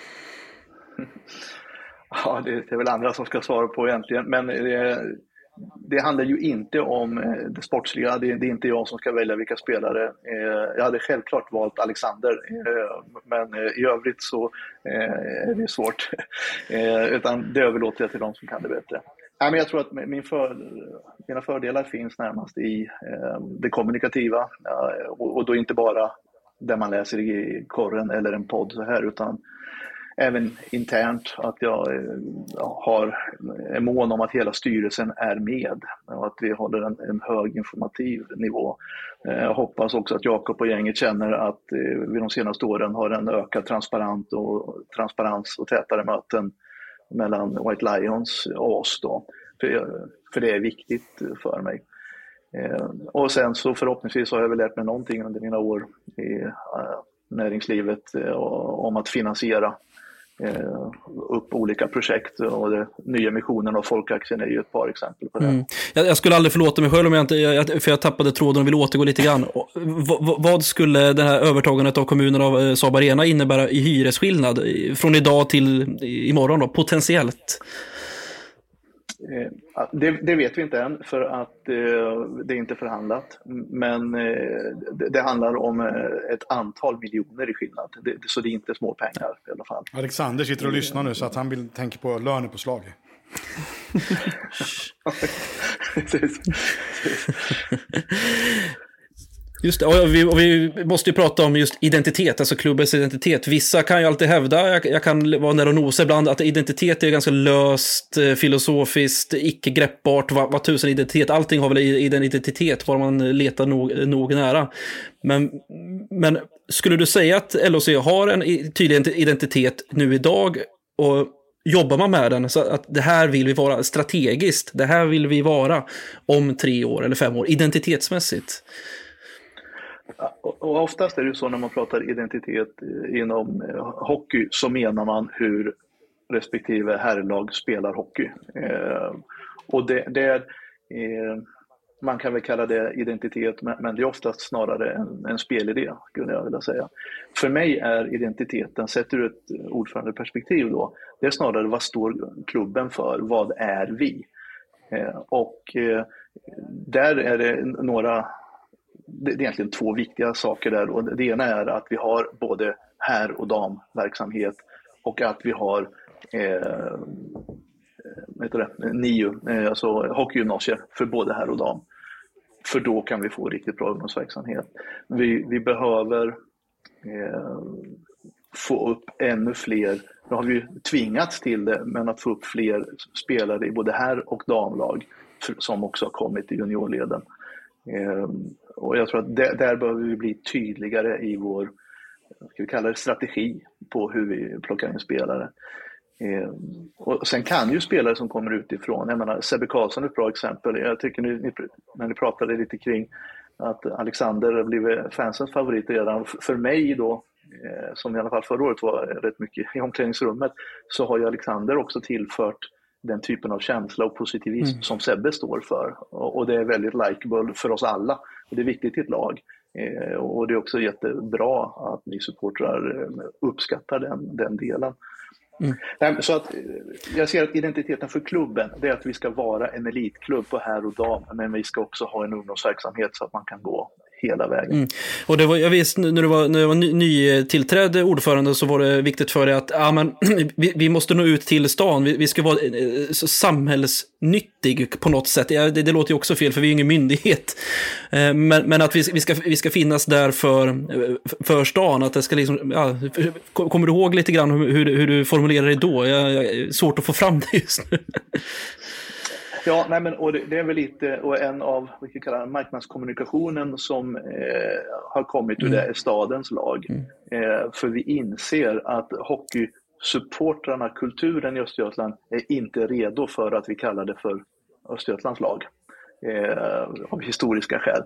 Ja, det är väl andra som ska svara på egentligen. Men det handlar ju inte om det sportsliga. Det är inte jag som ska välja vilka spelare. Jag hade självklart valt Alexander. Men i övrigt så är det svårt. Utan det överlåter jag till de som kan det bättre. Nej, men jag tror att mina fördelar finns närmast i det kommunikativa. Och då inte bara där man läser i korren eller en podd så här, utan även internt, att jag är mån om att hela styrelsen är med och att vi håller en hög informativ nivå. Jag hoppas också att Jakob och gänget känner att vi de senaste åren har en ökad transparens och tätare möten mellan White Lions och oss då. För det är viktigt för mig. Och sen så förhoppningsvis har jag väl lärt mig någonting under mina år i näringslivet om att finansiera upp olika projekt, och nya missionen och folkaktien är ju ett par exempel på det. Jag skulle aldrig förlåta mig själv om för jag tappade tråden och vill återgå lite grann. Vad skulle det här övertagandet av kommunen av Saab Arena innebära i hyresskillnad från idag till imorgon då, potentiellt? Det vet vi inte än, för att det är inte förhandlat, men det handlar om ett antal miljoner i skillnad, så det är inte små pengar i alla fall. Alexander sitter och lyssnar nu så att han tänker på lönepåslag. Just det, och vi måste ju prata om just identitet, alltså klubbens identitet. Vissa kan ju alltid hävda, jag kan vara nära och nosa ibland, att identitet är ganska löst, filosofiskt, icke greppbart, vad tusen identitet, allting har väl identitet, bara man letar nog nära. Men skulle du säga att LHC har en tydlig identitet nu idag, och jobbar man med den så att det här vill vi vara strategiskt, det här vill vi vara om 3 år eller 5 år, identitetsmässigt? Och oftast är det så när man pratar identitet inom hockey, så menar man hur respektive herrlag spelar hockey. Och man kan väl kalla det identitet, men det är oftast snarare en spelidé, skulle jag vilja säga. För mig är identiteten, sett ur ett ordförandeperspektiv då, det är snarare vad står klubben för, vad är vi? Och där är det det är egentligen 2 viktiga saker där, och det ena är att vi har både herr- och damverksamhet, och att vi har NIU, alltså hockeygymnasier för både herr och dam, för då kan vi få riktigt bra ungdomsverksamhet. Vi behöver få upp ännu fler, nu har vi tvingats till det, men att få upp fler spelare i både herr- och damlag som också har kommit i juniorleden. Och jag tror att där behöver vi bli tydligare i vår, ska vi kalla det, strategi på hur vi plockar in spelare. Och sen kan ju spelare som kommer utifrån, jag menar Sebbe Karlsson är ett bra exempel. Jag tycker när ni pratade lite kring att Alexander har blivit fansens favorit redan, för mig då, som i alla fall förra året var rätt mycket i omklädningsrummet, så har ju Alexander också tillfört den typen av känsla och positivism som Sebbe står för. Och det är väldigt likeable för oss alla. Och det är viktigt i ett lag. Och det är också jättebra att ni supportrar uppskattar den delen. Så att jag ser att identiteten för klubben, det är att vi ska vara en elitklubb på herr och dam, men vi ska också ha en ungdomsverksamhet så att man kan gå hela vägen. Och det var, jag visste, när du var nytillträdd ordförande, så var det viktigt för dig att vi måste nå ut till stan, vi ska vara så samhällsnyttig på något sätt. Det låter ju också fel, för vi är ingen myndighet, men att vi ska finnas där för stan, att det ska liksom, kommer du ihåg lite grann hur du formulerar det då? Jag är svårt att få fram det just nu. Ja, nej, men och det är väl lite, och en av vad vi kallar marknadskommunikationen som har kommit ur det är stadens lag. För vi inser att hockeysupportrarna, kulturen i Östergötland, är inte redo för att vi kallar det för Östergötlands lag av historiska skäl.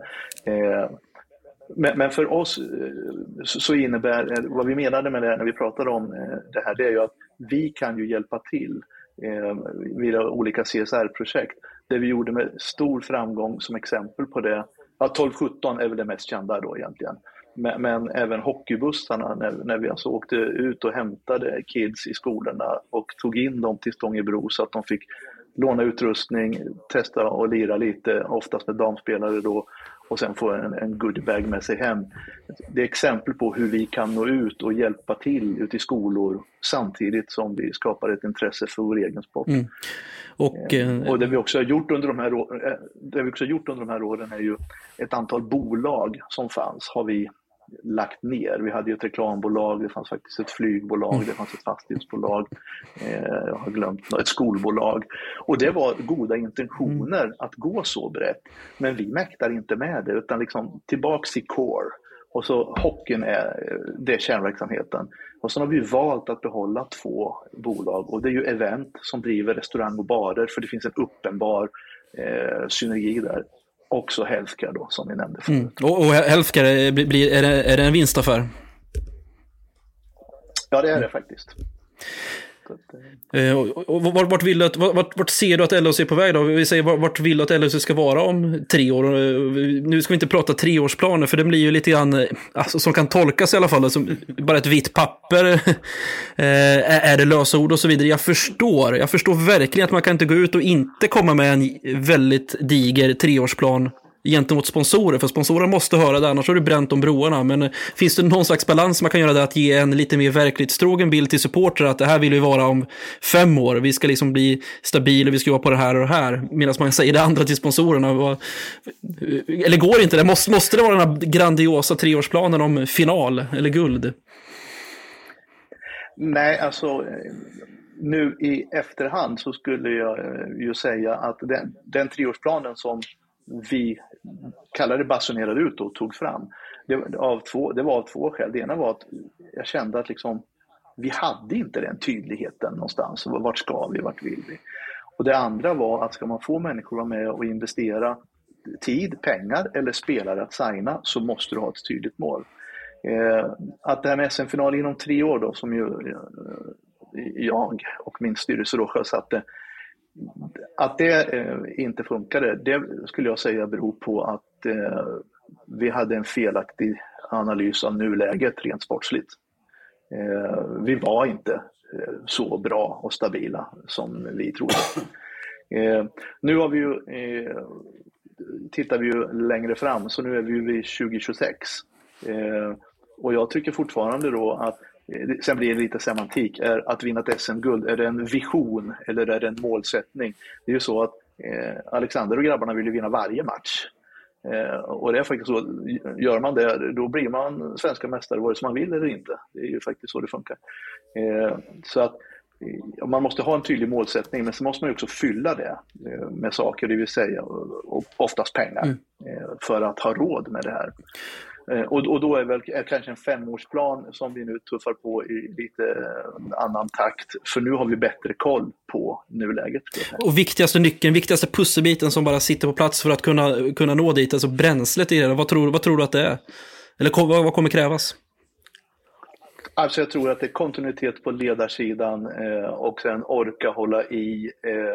Men för oss så innebär, vad vi menade med det här när vi pratade om det här, det är ju att vi kan ju hjälpa till vid olika CSR-projekt Det vi gjorde med stor framgång som exempel på det, 12-17 är väl det mest kända då egentligen. Men även hockeybussarna, när vi alltså åkte ut och hämtade kids i skolorna och tog in dem till Stångebro så att de fick låna utrustning, testa och lira lite, oftast med damspelare då, och sen få en goodiebag med sig hem. Det är exempel på hur vi kan nå ut och hjälpa till ute i skolor samtidigt som vi skapar ett intresse för vår egen sport. Och det vi också har gjort under de här åren är ju ett antal bolag som fanns har vi lagt ner. Vi hade ju ett reklambolag, det fanns faktiskt ett flygbolag, det fanns ett fastighetsbolag, jag har glömt ett skolbolag. Och det var goda intentioner att gå så brett. Men vi mäktar inte med det, utan liksom tillbaks i core. Och så hockeyn det är kärnverksamheten. Och så har vi valt att behålla 2 bolag. Och det är ju Event som driver restaurang och barer, för det finns en uppenbar synergi där. Också Healthcare då, som vi nämnde förut. Och Healthcare, är det en vinstaffär? Ja, det är det faktiskt. Och vart ser du att LHC är på väg då? Vi säger, vart vill du att LHC ska vara om 3 år? Nu ska vi inte prata 3-årsplaner, för det blir ju lite grann, alltså, som kan tolkas i alla fall som bara ett vitt papper. Är det lösa ord och så vidare? Jag förstår verkligen att man kan inte gå ut och inte komma med en väldigt diger 3-årsplan gentemot sponsorer, för sponsorer måste höra det, annars har du bränt om broarna. Men finns det någon slags balans man kan göra det, att ge en lite mer verklighetstrogen bild till supportrar, att det här vill vi vara om 5 år, vi ska liksom bli stabila, vi ska vara på det här och det här, medan man säger det andra till sponsorerna? Eller går inte det? Måste det vara den här grandiosa 3-årsplanen om final eller guld? Nej, alltså nu i efterhand så skulle jag ju säga att den 3-årsplanen som vi kallade basunerade ut och tog fram, det var av 2 skäl. Det ena var att jag kände att liksom, vi hade inte den tydligheten någonstans. Vart ska vi, vart vill vi? Och det andra var att ska man få människor att vara med och investera tid, pengar eller spelare att signa, så måste du ha ett tydligt mål. Att det här med SM-final inom 3 år då, som ju jag och min styrelse då sjösatte, att det inte funkade, det skulle jag säga beror på att vi hade en felaktig analys av nuläget rent sportsligt. Vi var inte så bra och stabila som vi trodde. Nu har vi ju, tittar vi ju längre fram, så nu är vi ju vid 2026. Och jag tycker fortfarande då att, sen blir det lite semantik, är att vinna ett SM-guld, är det en vision eller är det en målsättning? Det är ju så att Alexander och grabbarna vill ju vinna varje match. Och det är faktiskt så, gör man det, då blir man svenska mästare vare sig man vill eller inte. Det är ju faktiskt så det funkar. Så att man måste ha en tydlig målsättning, men så måste man ju också fylla det med saker, det vill säga, och oftast pengar, för att ha råd med det här. Och då är kanske en 5-årsplan som vi nu tuffar på i lite annan takt, för nu har vi bättre koll på nuläget. Och viktigaste nyckeln, viktigaste pusselbiten som bara sitter på plats för att kunna nå dit, alltså bränslet i det, vad tror du att det är? Eller vad kommer krävas? Alltså jag tror att det är kontinuitet på ledarsidan och sen orka hålla i.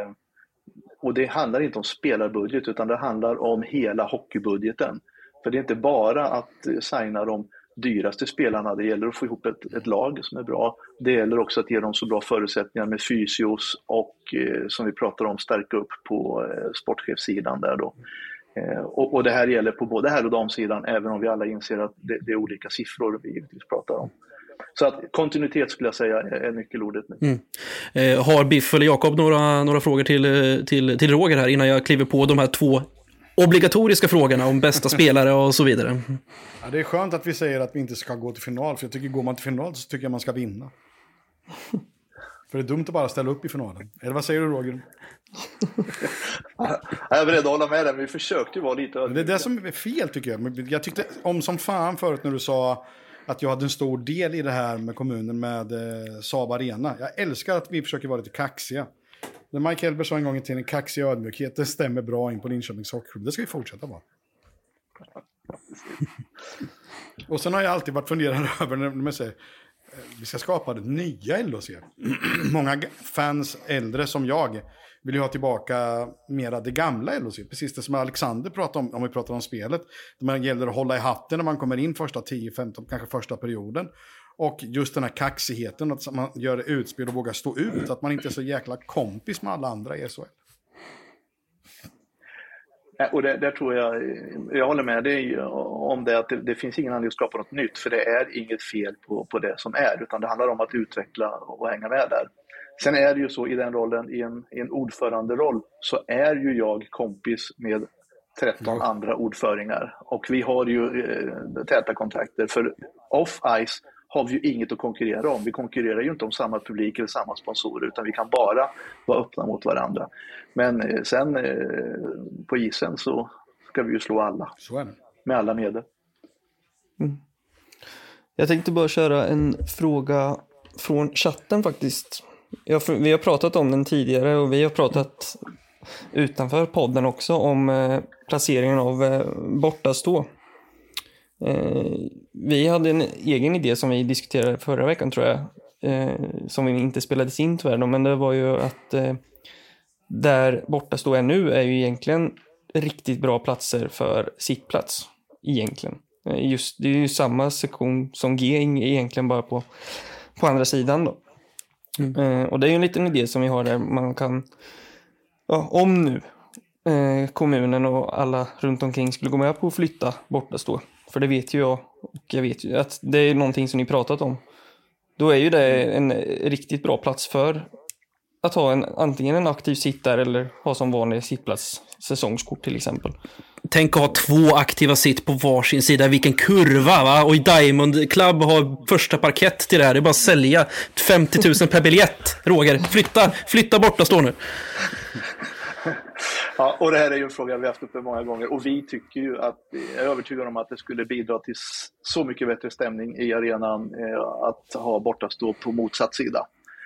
Och det handlar inte om spelarbudget, utan det handlar om hela hockeybudgeten. För det är inte bara att signa de dyraste spelarna, det gäller att få ihop ett lag som är bra. Det gäller också att ge dem så bra förutsättningar med fysios och som vi pratar om, stärka upp på sportchefssidan där då. Och det här gäller på både här och damsidan, även om vi alla inser att det är olika siffror vi givetvis pratar om. Så att kontinuitet skulle jag säga är nyckelordet nu. Har Biff eller Jakob några frågor till Roger här innan jag kliver på de här 2 obligatoriska frågorna om bästa spelare och så vidare? Ja, det är skönt att vi säger att vi inte ska gå till final, för jag tycker går man till final så tycker jag man ska vinna. För det är dumt att bara ställa upp i finalen. Eller vad säger du, Roger? Jag är beredd att hålla med dig, men vi försökte ju vara lite ödmjuka. Det är det som är fel, tycker jag. Jag tyckte om som fan förut när du sa att jag hade en stor del i det här med kommunen med Saab Arena. Jag älskar att vi försöker vara lite kaxiga. När Mike Elber sa en gång i tiden, kaxig ödmjukhet, det stämmer bra in på Linköpings Hockeyklubb. Det ska vi fortsätta vara. Och sen har jag alltid varit funderande över när man säger vi ska skapa det nya LHC. Många fans, äldre som jag, vill ju ha tillbaka mera det gamla LHC. Precis det som Alexander pratade om vi pratar om spelet. Det gäller att hålla i hatten när man kommer in första 10-15, kanske första perioden. Och just den här kaxigheten, att man gör utspel och vågar stå ut. Att man inte är så jäkla kompis med alla andra i SHL. Och där tror jag håller med dig om det, att det finns ingen anledning att skapa något nytt, för det är inget fel på det som är, utan det handlar om att utveckla och hänga med där. Sen är det ju så i den rollen, i en ordföranderoll, så är ju jag kompis med 13 andra ordföringar, och vi har ju täta kontakter, för off-ice har vi ju inget att konkurrera om. Vi konkurrerar ju inte om samma publik eller samma sponsorer, utan vi kan bara vara öppna mot varandra. Men sen på isen så ska vi ju slå alla. Så är det. Med alla medel. Jag tänkte bara köra en fråga från chatten faktiskt. Vi har pratat om den tidigare, och vi har pratat utanför podden också om placeringen av bortastå. Vi hade en egen idé som vi diskuterade förra veckan, tror jag, som vi inte spelades in tyvärr, men det var ju att där bortastå är nu är ju egentligen riktigt bra platser för sittplats egentligen. Det är ju samma sektion som G egentligen, bara på andra sidan då. Och det är ju en liten idé som vi har där man kan, om nu kommunen och alla runt omkring skulle gå med på att flytta bortastå, för det vet ju jag, och jag vet ju att det är någonting som ni pratat om, då är ju det en riktigt bra plats för att ha antingen en aktiv sitt där, eller ha som vanlig sittplats, säsongskort till exempel. Tänk att ha 2 aktiva sitt på varsin sida. Vilken kurva, va? Och i Diamond Club har första parkett till det här. Det är bara att sälja 50 000 per biljett. Roger, flytta borta, stå nu. Ja, och det här är ju en fråga vi har haft uppe många gånger, och vi tycker ju att, jag är övertygad om att det skulle bidra till så mycket bättre stämning i arenan att ha bortastå på motsatt sida.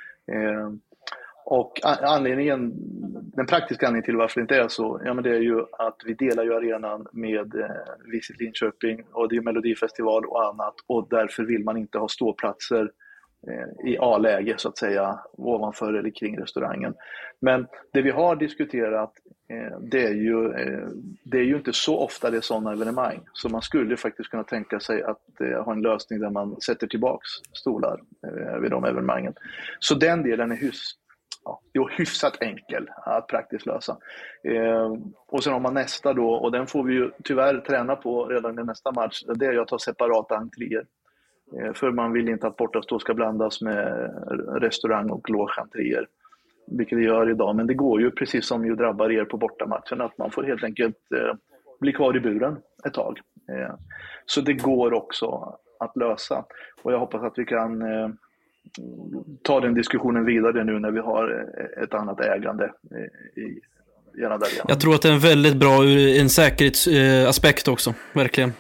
Och den praktiska anledningen till varför det inte är så, men det är ju att vi delar ju arenan med Visit Linköping, och det är Melodifestival och annat, och därför vill man inte ha ståplatser i A-läge så att säga, ovanför eller kring restaurangen. Men det vi har diskuterat, det är ju inte så ofta det är sådana evenemang, så man skulle faktiskt kunna tänka sig att ha en lösning där man sätter tillbaks stolar vid de evenemangen. Så den delen är hyfsat enkel att praktiskt lösa. Och sen har man nästa då, och den får vi ju tyvärr träna på redan i nästa match, det är att ta separata entréer. För man vill inte att bortastå ska blandas med restaurang och logeentréer, vilket det gör idag. Men det går ju, precis som ju drabbar er på bortamatchen, att man får helt enkelt bli kvar i buren ett tag. Så det går också att lösa. Och jag hoppas att vi kan ta den diskussionen vidare nu när vi har ett annat ägande i gärna där igen. Jag tror att det är en väldigt bra ur en säkerhetsaspekt också, verkligen.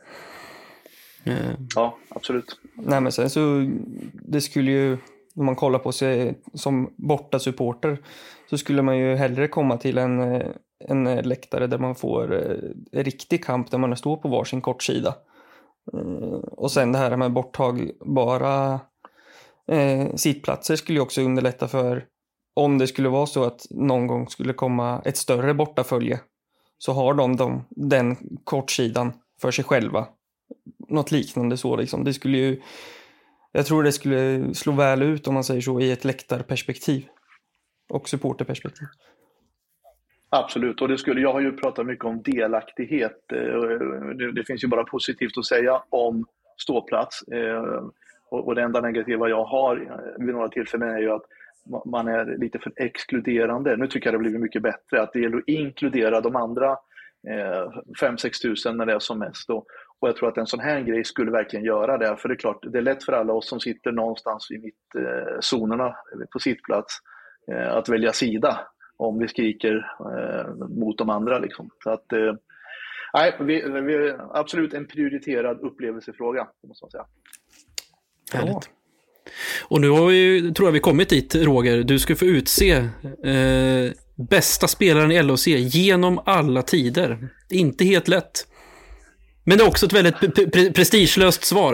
Ja, absolut. Nej, men sen så det skulle ju, om man kollar på sig som borta supporter, så skulle man ju hellre komma till en läktare där man får en riktig kamp där man står på varsin kortsida. Och sen det här med borttagbara sittplatser skulle ju också underlätta för, om det skulle vara så att någon gång skulle komma ett större bortafölje, så har de den kortsidan för sig själva. Något liknande så liksom. Det skulle ju, jag tror det skulle slå väl ut, om man säger så, i ett läktarperspektiv och supporterperspektiv. Absolut, och jag har ju pratat mycket om delaktighet. Det finns ju bara positivt att säga om ståplats. Och det enda negativa jag har vid några tillfällen är ju att man är lite för exkluderande. Nu tycker jag det har blivit mycket bättre, att det gäller att inkludera de andra 5-6 tusen när det är som mest. Och jag tror att en sån här grej skulle verkligen göra det. För det är klart, det är lätt för alla oss som sitter någonstans i zonerna på sittplats att välja sida om vi skriker mot de andra. Liksom. Så att, vi absolut en prioriterad upplevelsefråga, måste man säga. Härligt. Och nu har tror jag vi kommit dit, Roger. Du ska få utse bästa spelaren i LHC genom alla tider. Inte helt lätt. Men det är också ett väldigt prestigelöst svar.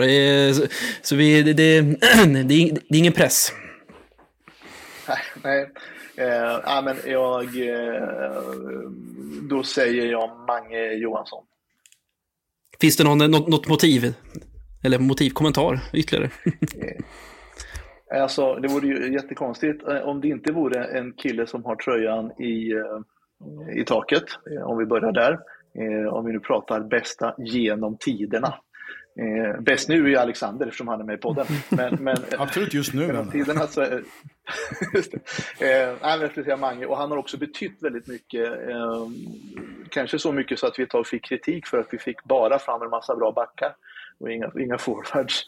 Så det är ingen press. Nej. Då säger jag Mange Johansson. Finns det något motiv? Eller motivkommentar ytterligare? Alltså, det vore ju jättekonstigt om det inte vore en kille som har tröjan i taket, om vi börjar där. Om vi nu pratar bästa genom tiderna. Bäst nu är ju Alexander eftersom han är med i podden. Men absolut just nu. Genom tiderna så just det. Jag skulle säga Mange, och han har också betytt väldigt mycket. Kanske så mycket så att vi fick kritik för att vi fick bara fram en massa bra backar och inga forwards.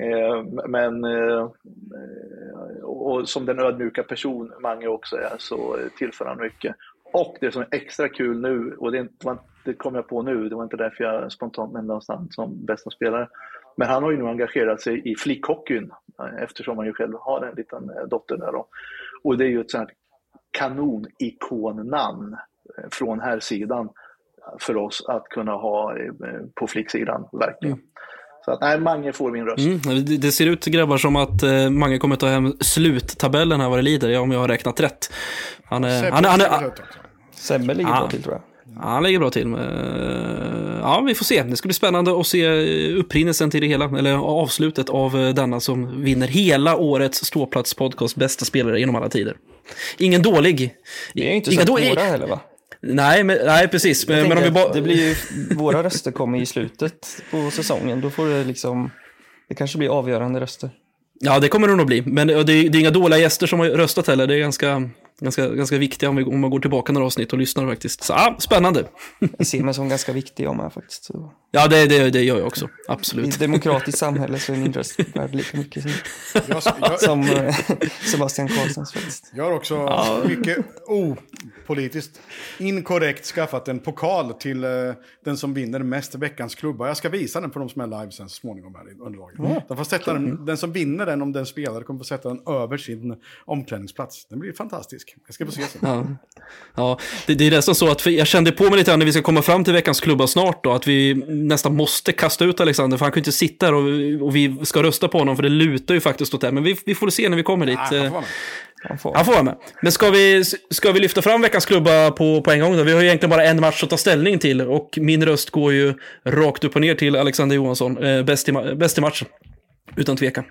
Och som den ödmjuka person Mange också är, så tillför han mycket. Och det som är extra kul nu, och det kom jag på nu, det var inte därför jag spontant nämnde hans namn som bästa spelare, men han har ju nu engagerat sig i flickhockeyn eftersom han ju själv har en liten dotter där då. Och det är ju ett sånt här kanonikonnamn från här sidan för oss att kunna ha på flicksidan, verkligen. Så att Mange får min röst. Det ser ut, grabbar, som att Mange kommer ta hem sluttabellen här vad det lider, om jag har räknat rätt. Sebbe ligger bra till, tror jag. Ja, han ligger bra till. Ja, vi får se. Det ska bli spännande att se upprinnelsen till det hela, eller avslutet av denna som vinner hela årets ståplats-podcast bästa spelare genom alla tider. Ingen dålig. Det är inte så svåra heller, va? Nej, precis. Men om vi det blir ju, våra röster kommer i slutet på säsongen. Då får det kanske blir avgörande röster. Ja, det kommer det nog bli. Men det är inga dåliga gäster som har röstat heller. Det är ganska viktiga om man går tillbaka några avsnitt och lyssnar faktiskt. Så spännande. Jag ser mig som ganska viktig om jag faktiskt. Så. Ja, det gör jag också. Absolut. I ett demokratiskt samhälle så är min röst värd lika mycket som Sebastian Karlssons faktiskt. Jag har också mycket opolitiskt inkorrekt skaffat en pokal till den som vinner mest veckans klubba. Jag ska visa den för de som är live sen så småningom här i underlaget. De får sätta den som vinner den, om den spelare kommer få sätta den över sin omklädningsplats. Den blir fantastisk. Jag ska få se sen. Ja, det är nästan så att jag kände på mig lite när vi ska komma fram till veckans klubba snart då, att vi nästan måste kasta ut Alexander, för han kan ju inte sitta här och vi ska rösta på honom, för det lutar ju faktiskt åt det. Men vi får se när vi kommer dit. Han får vara med. Men ska vi lyfta fram veckans klubba på en gång då? Vi har ju egentligen bara en match att ta ställning till, och min röst går ju rakt upp och ner till Alexander Johansson. Bäst i matchen, utan tvekan.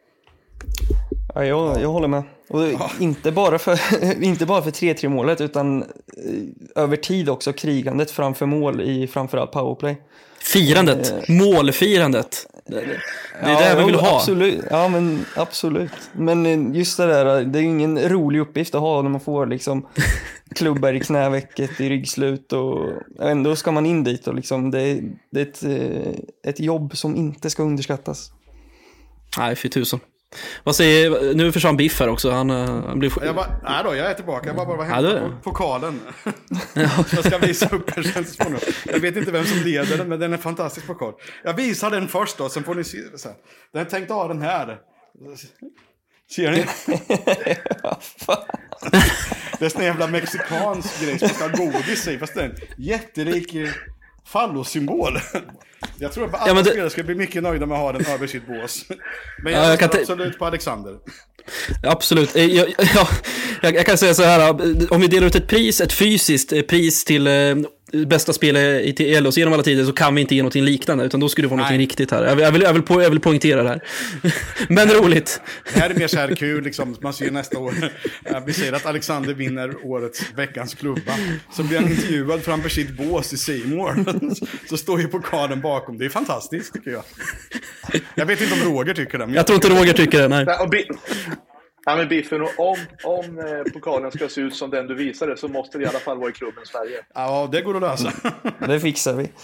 Ja, jag håller med. Och inte bara för 3-3 målet, utan över tid också krigandet framför mål i framförallt powerplay. Firandet, målfirandet. Det är det vi vill ha. Absolut. Ja, men absolut. Men just det där, det är ju ingen rolig uppgift att ha när man får liksom klubbar i knävecket, i ryggslut, och ändå ska man in dit och liksom det är ett jobb som inte ska underskattas. Nej, för tusen. Vad säger, nu försvann Biff här också. Han blir... jag är tillbaka. Jag bara hämtar på pokalen. Jag ska visa upp här sen så småningom. Jag vet inte vem som leder den, men den är en fantastisk pokal. Jag visar den först då, sen får ni se. Så här. Den tänkte ha den här. Ser ni? Det är en jävla mexikansk grej som ska ha godis i, fast det är en jätterik fallosymbol. Jag tror att alla spelare ska bli mycket nöjda med att ha den över sitt bås. Men jag kan absolut på Alexander. Absolut. Jag kan säga så här, om vi delar ut ett fysiskt pris till bästa spelare i LHC genom alla tider, så kan vi inte ge någonting liknande, utan då skulle det vara någonting riktigt här. Jag vill poängtera det här. Men roligt. Det här är mer så här kul, liksom, man ser nästa år. Vi säger att Alexander vinner årets veckans klubba. Så blir han intervjuad framför sitt bås i Seymour. Så står ju pokalen bakom. Det är fantastiskt, tycker jag. Jag vet inte om Roger tycker det. Jag tror inte Roger tycker det, nej. Ja, men Biffen, om pokalen ska se ut som den du visade, så måste det i alla fall vara i klubbens färger. Ja, det går att lösa. Det fixar vi.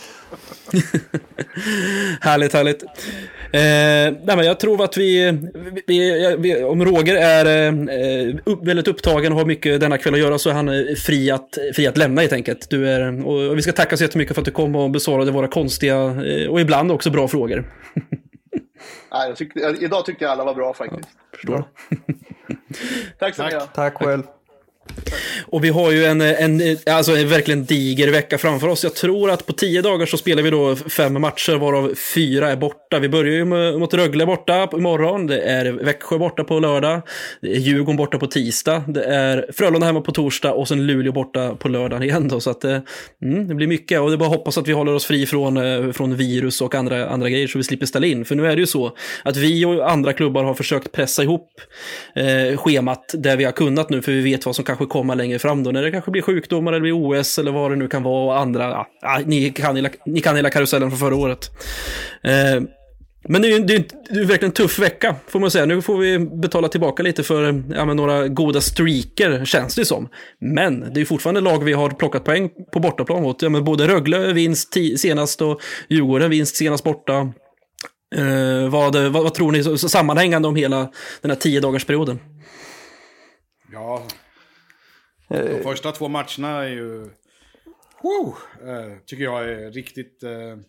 Härligt. Nej, men jag tror att vi om Roger är väldigt upptagen och har mycket denna kväll att göra, så är han fri att lämna helt enkelt. Och vi ska tacka så jättemycket för att du kom och besvarade våra konstiga och ibland också bra frågor. Nej, idag tyckte jag alla var bra faktiskt. Förstår. Tack så mycket. Tack själv. Och vi har ju en verkligen diger vecka framför oss. Jag tror att på 10 dagar så spelar vi då 5 matcher varav 4 är borta. Vi börjar ju mot Rögle borta imorgon. Det är Växjö borta på lördag. Det är Djurgården borta på tisdag. Det är Frölunda hemma på torsdag och sen Luleå borta på lördag igen då. Så att det blir mycket, och det är bara att hoppas att vi håller oss fri från virus och andra grejer så vi slipper ställa in. För nu är det ju så att vi och andra klubbar har försökt pressa ihop schemat där vi har kunnat nu, för vi vet vad som kanske kommer längre fram då, när det kanske blir sjukdomar eller blir OS eller vad det nu kan vara, och andra, ni kan hela karusellen från förra året. Men det är verkligen en tuff vecka får man säga. Nu får vi betala tillbaka lite för några goda streaker, känns det som. Men det är fortfarande lag vi har plockat poäng på bortaplan mot. Men både Rögle vinst senast och Djurgården vinst senast borta. Vad tror ni sammanhängande om hela den här 10-dagarsperioden? Ja, de första 2 matcherna är ju tycker jag är riktigt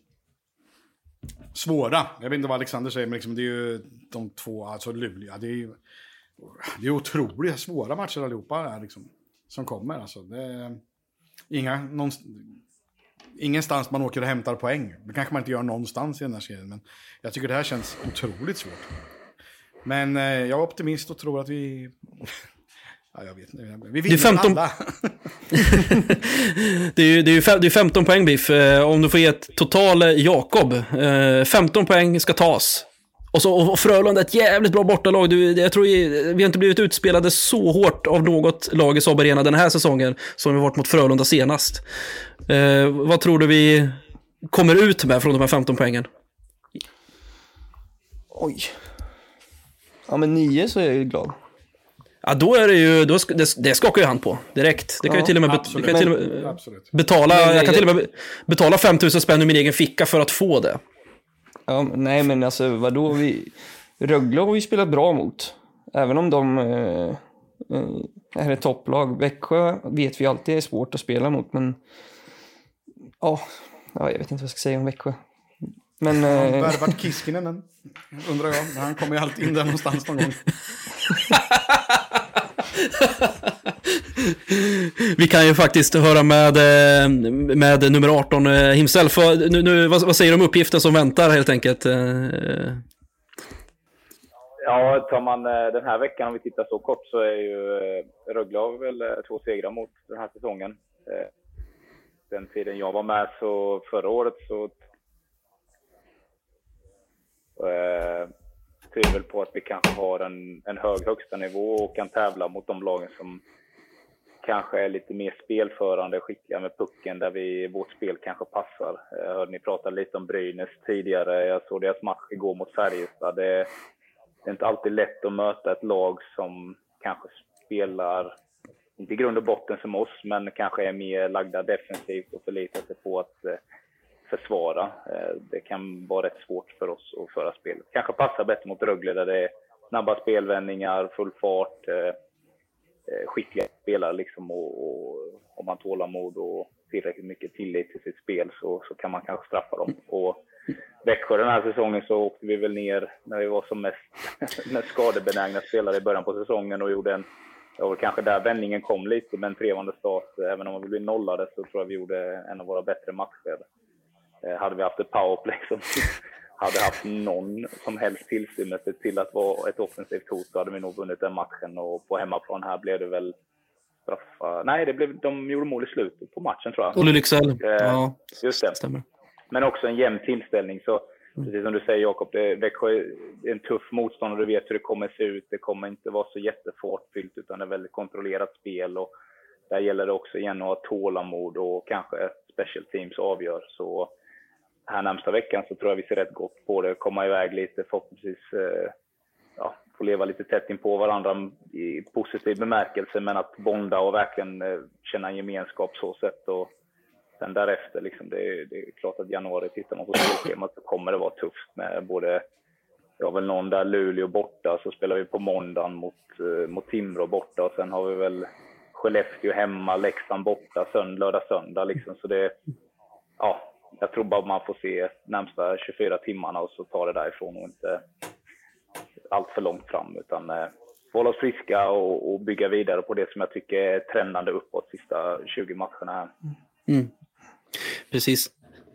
svåra. Jag vet inte vad Alexander säger, men liksom, det är ju de 2, alltså Luleå, det är otroliga svåra matcher allihopa här, liksom, som kommer. Alltså, det är ingenstans man åker och hämtar poäng. Det kanske man inte gör någonstans i den här serien, men jag tycker det här känns otroligt svårt. Men jag är optimist och tror att vi... Ja, jag vet inte. Vi vinner 15... alla. det är 15 poäng, Biff. Om du får ge ett total Jakob. 15 poäng ska tas. Och Frölunda är ett jävligt bra bortalag. Jag tror vi har inte blivit utspelade så hårt av något lag i Saab Arena den här säsongen som vi varit mot Frölunda senast. Vad tror du vi kommer ut med från de här 15 poängen? Oj. Ja, men 9 så är jag ju glad. Ja, då är det ju, det skakar ju han på direkt. Det kan ju till och med, jag kan till och med betala 5 000 spänn ur min egen ficka för att få det. Ja, nej, men alltså vadå, Rögle har vi spelat bra mot. Även om de är ett topplag. Växjö vet vi alltid är svårt att spela mot, men ja, jag vet inte vad jag ska säga om Växjö. Men värvat Kiskinen, undrar jag. Han kommer ju alltid in där någonstans någon gång. Vi kan ju faktiskt höra med nummer 18 himself. Nu, vad säger du om uppgiften som väntar helt enkelt? Ja, tar man den här veckan, om vi tittar så kort, så är ju Rögle har väl 2 segrar mot den här säsongen. Den tiden jag var med, så förra året så tyder väl på att vi kanske har en hög högsta nivå och kan tävla mot de lagen som kanske är lite mer spelförande, skickliga med pucken, där vårt spel kanske passar. Jag hörde ni prata lite om Brynäs tidigare. Jag såg deras match igår mot Färjestad. Det är inte alltid lätt att möta ett lag som kanske spelar, inte i grund och botten som oss, men kanske är mer lagda defensivt och förlitar sig på att försvara. Det kan vara rätt svårt för oss att föra spelet. Kanske passar bättre mot Rögle där det är snabba spelvändningar, full fart, skickliga spelare liksom, och om man tålamod och tillräckligt mycket tillit till sitt spel så kan man kanske straffa dem. Och Växjö den här säsongen så åkte vi väl ner när vi var som mest med skadebenägna spelare i början på säsongen och gjorde det var kanske där vändningen kom lite, med en trevande start. Även om vi blev nollade så tror jag vi gjorde en av våra bättre matcher. Hade vi haft ett powerplay som hade haft någon som helst tillstymmelse till att vara ett offensivt hot, så hade vi nog vunnit den matchen. Och på hemmaplan här blev det väl straffa. Nej, de gjorde mål i slutet på matchen tror jag. Olle Lycksell. Ja, just det. Stämmer. Men också en jämn tillställning. Så precis som du säger, Jakob, Växjö är en tuff motståndare. Du vet hur det kommer se ut. Det kommer inte vara så jättefartfyllt, utan det är väldigt kontrollerat spel. Och där gäller det också igen att ha tålamod och kanske special teams avgör. Så här närmsta veckan så tror jag vi ser rätt gott på det. Komma iväg lite, förhoppningsvis få leva lite tätt in på varandra i positiv bemärkelse, men att bonda och verkligen känna en gemenskap så sätt. Och sen därefter, liksom, det är klart att januari, tittar man på spelschemat så kommer det vara tufft med både, jag väl någon där Luleå borta, så spelar vi på måndagen mot Timrå borta, och sen har vi väl Skellefteå hemma, Leksand borta, lördag söndag liksom. Så det, jag tror bara man får se närmsta 24 timmarna och så tar det därifrån och inte allt för långt fram, utan hålla oss friska och bygga vidare på det som jag tycker är trendande uppåt sista 20 matcherna här. Precis.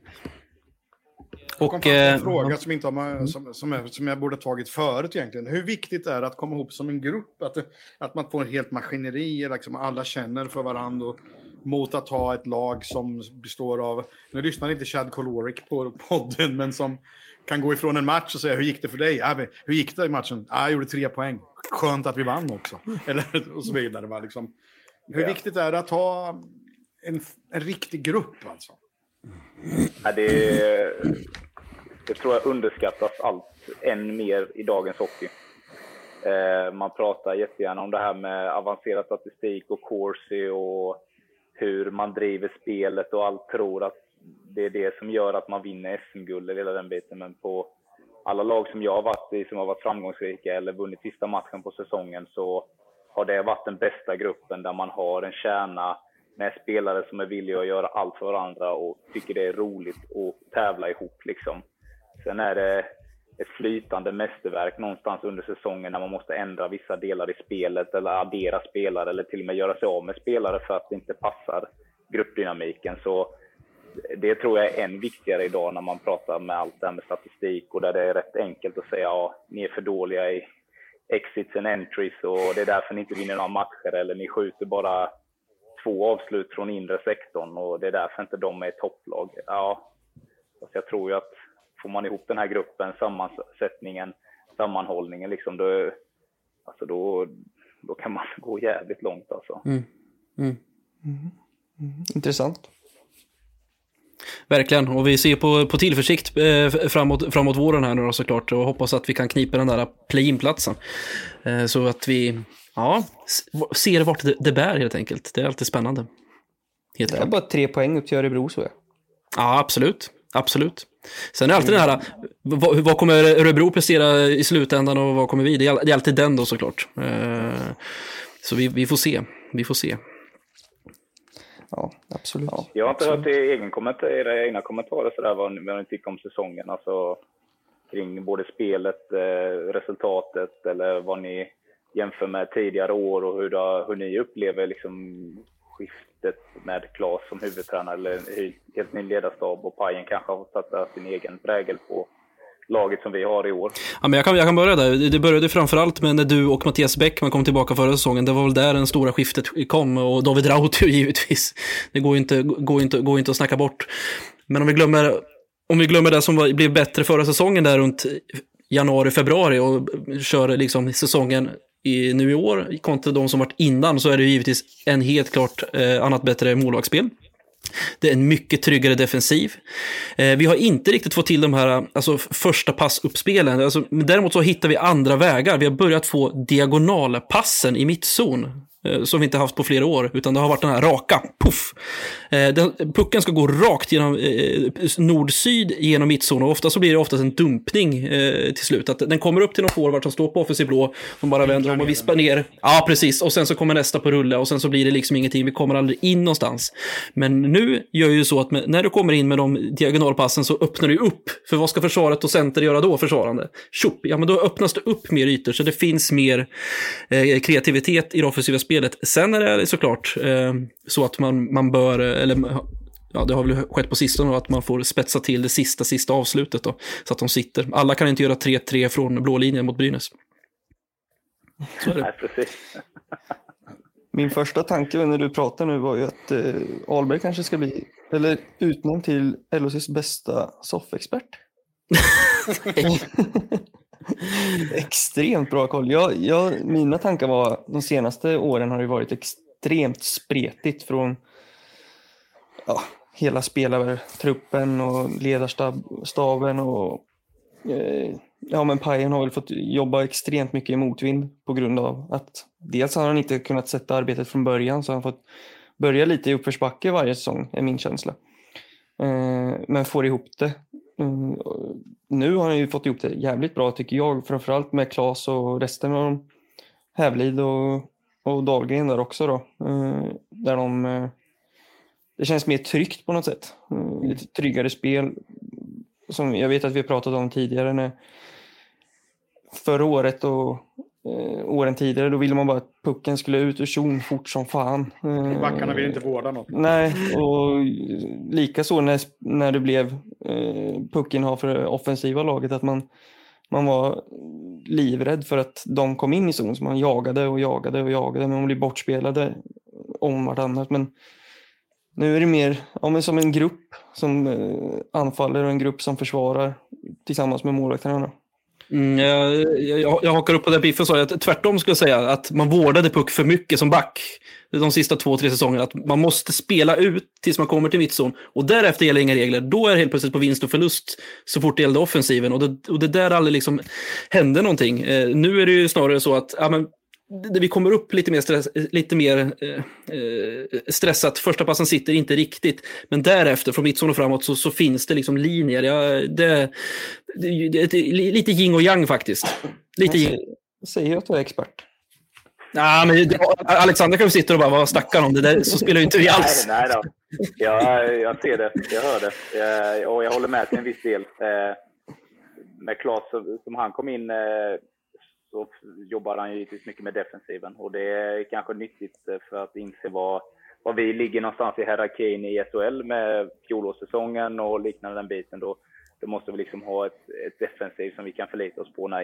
Och en fråga som, inte har, som jag borde tagit förut egentligen. Hur viktigt är det att komma ihop som en grupp? Att man får en helt maskineri, liksom alla känner för varandra, och mot att ha ett lag som består av, nu lyssnar inte Chad Koloric på podden, men som kan gå ifrån en match och säga, hur gick det för dig? Hur gick det i matchen? Jag gjorde 3 poäng. Skönt att vi vann också. Eller, och så vidare. Va? Liksom. Hur viktigt är det att ha en riktig grupp alltså? Ja, det tror jag underskattas än mer i dagens hockey. Man pratar jättegärna om det här med avancerad statistik och Corsi och hur man driver spelet, och allt tror att det är det som gör att man vinner SM-guld eller hela den biten. Men på alla lag som jag har varit i, som har varit framgångsrika eller vunnit sista matchen på säsongen, så har det varit den bästa gruppen där man har en kärna med spelare som är villiga att göra allt för varandra och tycker det är roligt att tävla ihop liksom. Sen är det ett flytande mästerverk någonstans under säsongen när man måste ändra vissa delar i spelet eller addera spelare eller till och med göra sig av med spelare för att det inte passar gruppdynamiken. Så det tror jag är än viktigare idag när man pratar med allt det här med statistik, och där det är rätt enkelt att säga ja, ni är för dåliga i exits and entries och det är därför ni inte vinner några matcher, eller ni skjuter bara 2 avslut från inre sektorn och det är därför inte de är topplag. Ja, så jag tror ju att får man ihop den här gruppen, sammansättningen, sammanhållningen liksom, då kan man gå jävligt långt alltså. Intressant. Verkligen, och vi ser på tillförsikt framåt våren här nu då, såklart, och hoppas att vi kan knipa den där play-in-platsen. Så att vi ser vart det bär helt enkelt. Det är alltid spännande. Helt det är bara 3 poäng upp till Örebro, så ja, absolut. Sen är alltid den här, vad kommer Örebro prestera i slutändan och vad kommer vi? Det är alltid den då såklart. Så vi får se. Ja, absolut. Ja, jag har inte hört era egna kommentarer sådär vad ni tycker om säsongen. Alltså kring både spelet, resultatet eller vad ni jämför med tidigare år och hur ni upplever liksom skiftet med Claes som huvudtränare eller helt ny ledarstab, och Pajen kanske har fått sätta sin egen prägel på laget som vi har i år. Ja, men jag kan börja där. Det började framförallt med när du och Mattias Bäckman kom tillbaka förra säsongen. Det var väl där den stora skiftet kom, och David Rautio givetvis. Det går inte att snacka bort. Men om vi glömmer det som blev bättre förra säsongen där runt januari, februari och kör liksom säsongen nu i år kontra de som varit innan, så är det givetvis en helt klart annat bättre målvaktsspel. Det är en mycket tryggare defensiv. Vi har inte riktigt fått till de här första passuppspelen. Däremot så hittar vi andra vägar. Vi har börjat få diagonalpassen i mittzon som vi inte haft på flera år, utan det har varit den här raka, puff. Pucken ska gå rakt genom nord-syd genom mittzon, och ofta så blir det oftast en dumpning till slut. Att den kommer upp till någon forward som står på offensiv blå, som bara vänder om och vispar ner. Ja, precis. Och sen så kommer nästa på rulle, och sen så blir det liksom ingenting. Vi kommer aldrig in någonstans. Men nu gör ju så att när du kommer in med de diagonalpassen så öppnar du upp. För vad ska försvaret och center göra då, försvarande? Tjup, ja, men då öppnas det upp mer ytor, så det finns mer kreativitet i det offensiva spelet. Sen är det såklart så att man bör, eller ja, det har väl skett på sistone, att man får spetsa till det sista avslutet då, så att de sitter. Alla kan inte göra 3-3 från blå linjen mot Brynäs. Så är det. Nej, precis. Min första tanke när du pratar nu var ju att Ahlberg kanske ska bli utnämnd till LHCs bästa soffexpert. Extremt bra koll. Mina tankar var, de senaste åren har det varit extremt spretigt från hela spelartruppen och ledarstaben och men Pajen har väl fått jobba extremt mycket i motvind på grund av att dels har han inte kunnat sätta arbetet från början, så han fått börja lite i uppförsbacke varje säsong, är min känsla. Men får ihop det. Nu har han ju fått ihop det jävligt bra, tycker jag, framförallt med Claes och resten av dem, Hävlid och Dahlgren där också då, där det känns mer tryggt på något sätt, lite tryggare spel, som jag vet att vi har pratat om tidigare, när förra året och åren tidigare. Då ville man bara att pucken skulle ut ur zon fort som fan. Backarna vill inte vårda något. Nej, och lika så när det blev puckinnehav för det offensiva laget, att man var livrädd för att de kom in i zon, så man jagade, men man blev bortspelade om vartannat. Men nu är det mer som en grupp som anfaller och en grupp som försvarar tillsammans med målvakterna. Jag hakar upp på det Biffen sa. Tvärtom skulle jag säga att man vårdade puck för mycket som back de sista 2-3 säsongerna. Att man måste spela ut tills man kommer till mittzon. Och därefter gäller inga regler. Då är det helt plötsligt på vinst och förlust så fort det gällde offensiven. Och det där aldrig liksom hände någonting. Nu är det ju snarare så att vi kommer upp lite mer stressat. Första passen sitter inte riktigt, men därefter från mittzon och framåt så finns det liksom linjer. Det är lite yin och yang faktiskt. Lite yin. Säger att du är expert. Men Alexander kan ju sitta och bara, vad snackar om det där, så spelar ju inte vi alls. Nej då. Jag ser det, jag hör det. Och jag håller med till en viss del. Med Claes, som han kom in, så jobbar han ju givetvis mycket med defensiven. Och det är kanske nyttigt för att inse var vi ligger någonstans i hierarkin i SHL med fjolårssäsongen och liknande den biten. Då måste vi liksom ha ett defensiv som vi kan förlita oss på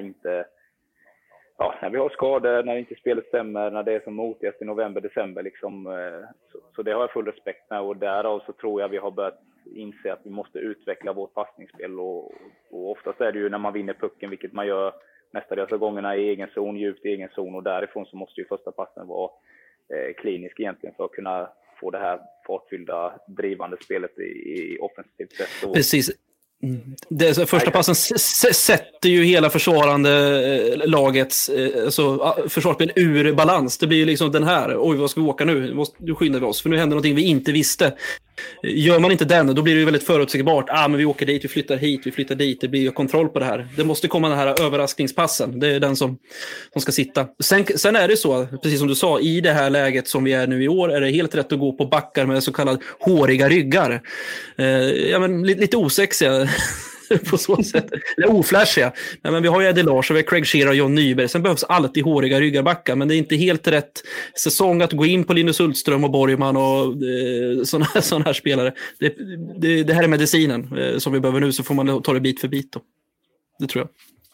när vi har skador, när inte spelet stämmer, när det är som motigast i november, december. Liksom. Så det har jag full respekt med, och därav så tror jag vi har börjat inse att vi måste utveckla vårt passningsspel. Och oftast är det ju när man vinner pucken, vilket man gör mestadels av gångerna i egen zon, djupt i egen zon, och därifrån så måste ju första passen vara klinisk egentligen för att kunna få det här fartfyllda, drivande spelet i offensivt sätt. Precis. Första passen sätter ju hela försvarande lagets försvarsspel ur balans. Det blir ju liksom den här, oj vad ska vi åka nu? Nu skyndar vi oss, för nu händer någonting vi inte visste. Gör man inte den, då blir det ju väldigt förutsägbart. Men vi åker dit, vi flyttar hit, vi flyttar dit. Det blir ju kontroll på det här. Det måste komma den här överraskningspassen. Det är den som ska sitta. Sen är det så, precis som du sa, i det här läget som vi är nu i år är det helt rätt att gå på backar med så kallade håriga ryggar. Lite osexiga på så sätt. Eller oflashiga. Men vi har ju Eddie Larsson, vi har Craig Shearer och John Nyberg. Sen behövs alltid håriga ryggarbackar, men det är inte helt rätt säsong att gå in på Linus Hultström och Borgman och såna här spelare. Det här är medicinen som vi behöver nu, så får man ta det bit för bit då. Det tror jag.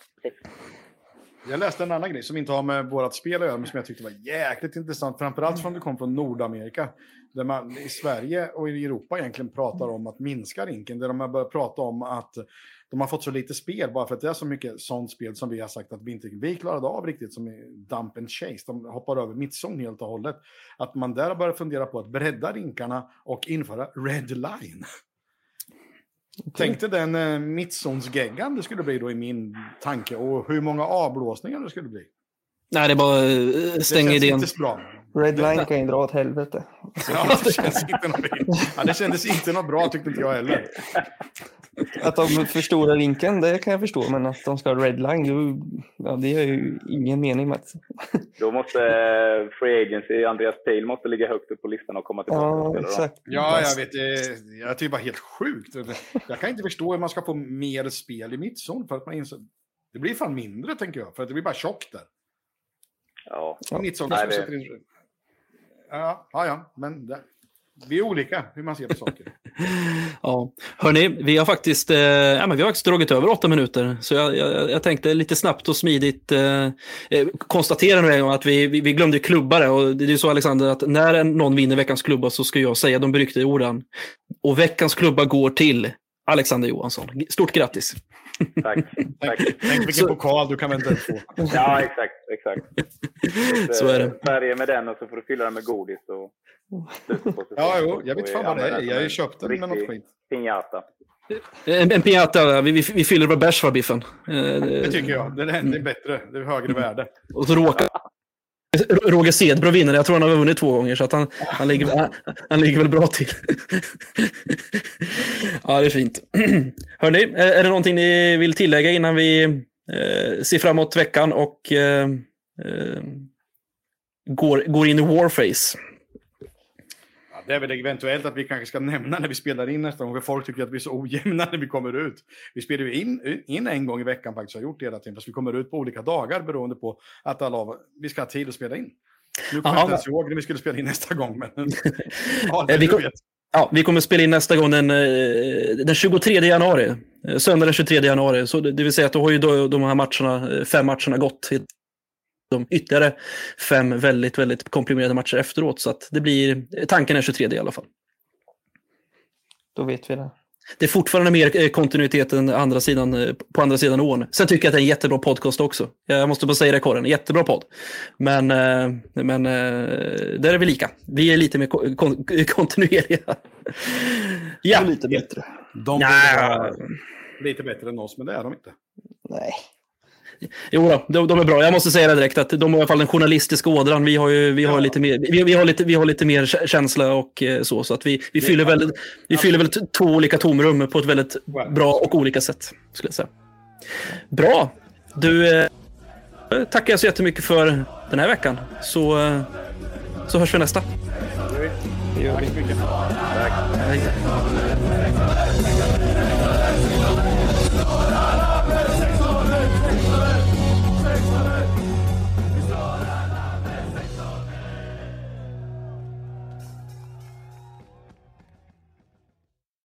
Jag läste en annan grej som inte har med vårat spel att göra, men som jag tyckte var jäkligt intressant. Framförallt från det kom från Nordamerika. Där man i Sverige och i Europa egentligen pratar om att minska rinken. Där de har börjat prata om att de har fått så lite spel. Bara för att det är så mycket sånt spel som vi har sagt att vi klarade av riktigt, som dump and chase. De hoppar över mittzon helt och hållet. Att man där har börjat fundera på att bredda rinkarna och införa red line. Tänkte den mittzonsgeggan det skulle bli då i min tanke, och hur många avblåsningar det skulle bli. Nej, det är bara stäng idén. Det bra. Red line kan ju dra åt helvete. Ja, det kändes inte något bra, tyckte inte jag heller. Att de förstorar rinken, det kan jag förstå, men att de ska ha red line, det är ju ingen mening med. Då måste free agency, Andreas Pil måste ligga högt upp på listan och komma tillbaka. Ja, jag vet, jag tycker bara helt sjukt. Jag kan inte förstå hur man ska få mer spel i mittzon, för att man inser, det blir fan mindre, tänker jag, för att det blir bara tjockt där. Ja. Men vi är olika hur man ser på saker. Ja, hörni, vi har faktiskt dragit över 8 minuter, så jag tänkte lite snabbt och smidigt konstatera nu en gång att vi glömde klubbare, och det är ju så, Alexander, att när någon vinner veckans klubba så ska jag säga de beryktade orden, och veckans klubba går till Alexander Johansson. Stort grattis. Tack. Tänk vilken pokal du kan vänta få. Ja, exakt. Så är det. Färger med den, och så får du fylla den med godis. Och jag vet fan vad det är. Jag har ju köpt den med något skit. Piñata. En piñata, vi fyller vår bärs för Biffen. Det tycker jag. Det är bättre. Det är högre värde. Och så Roger Sedbro vinner. Jag tror han har vunnit 2 gånger, så att han ligger väl bra till. Ja, det är fint. Hörrni, är det någonting ni vill tillägga innan vi ser framåt veckan och går in i Warface? Det är väl eventuellt att vi kanske ska nämna när vi spelar in nästa gång. För folk tycker att vi är så ojämna när vi kommer ut. Vi spelar ju in en gång i veckan faktiskt. Har gjort det hela tiden. Fast vi kommer ut på olika dagar beroende på att vi ska ha tid att spela in. Nu kommer jag inte ens ihåg när vi skulle spela in nästa gång. Men vi kommer spela in nästa gång den 23 januari. Söndag den 23 januari. Så det vill säga att då har ju de här matcherna, 5 matcherna gått. De ytterligare 5 väldigt, väldigt komprimerade matcher efteråt. Så att det blir tanken är 23 i alla fall. Då vet vi det. Det är fortfarande mer kontinuitet än på andra sidan ån. Sen tycker jag att det är en jättebra podcast också. Jag måste bara säga det, Karin. Jättebra podd. Men där är vi lika. Vi är lite mer kontinuerliga. Ja. Lite bättre. De är lite bättre än oss, men det är de inte. Nej. Jo då, de är bra. Jag måste säga det direkt att de har i alla fall den journalistiska ådran. Vi har lite mer känsla och så att vi fyller väl 2 olika tomrum på ett väldigt bra och olika sätt, skulle jag säga. Bra. Du tackar jag så jättemycket för den här veckan. Så hörs vi nästa. Det gör vi. Tack så mycket. Tack. Hej.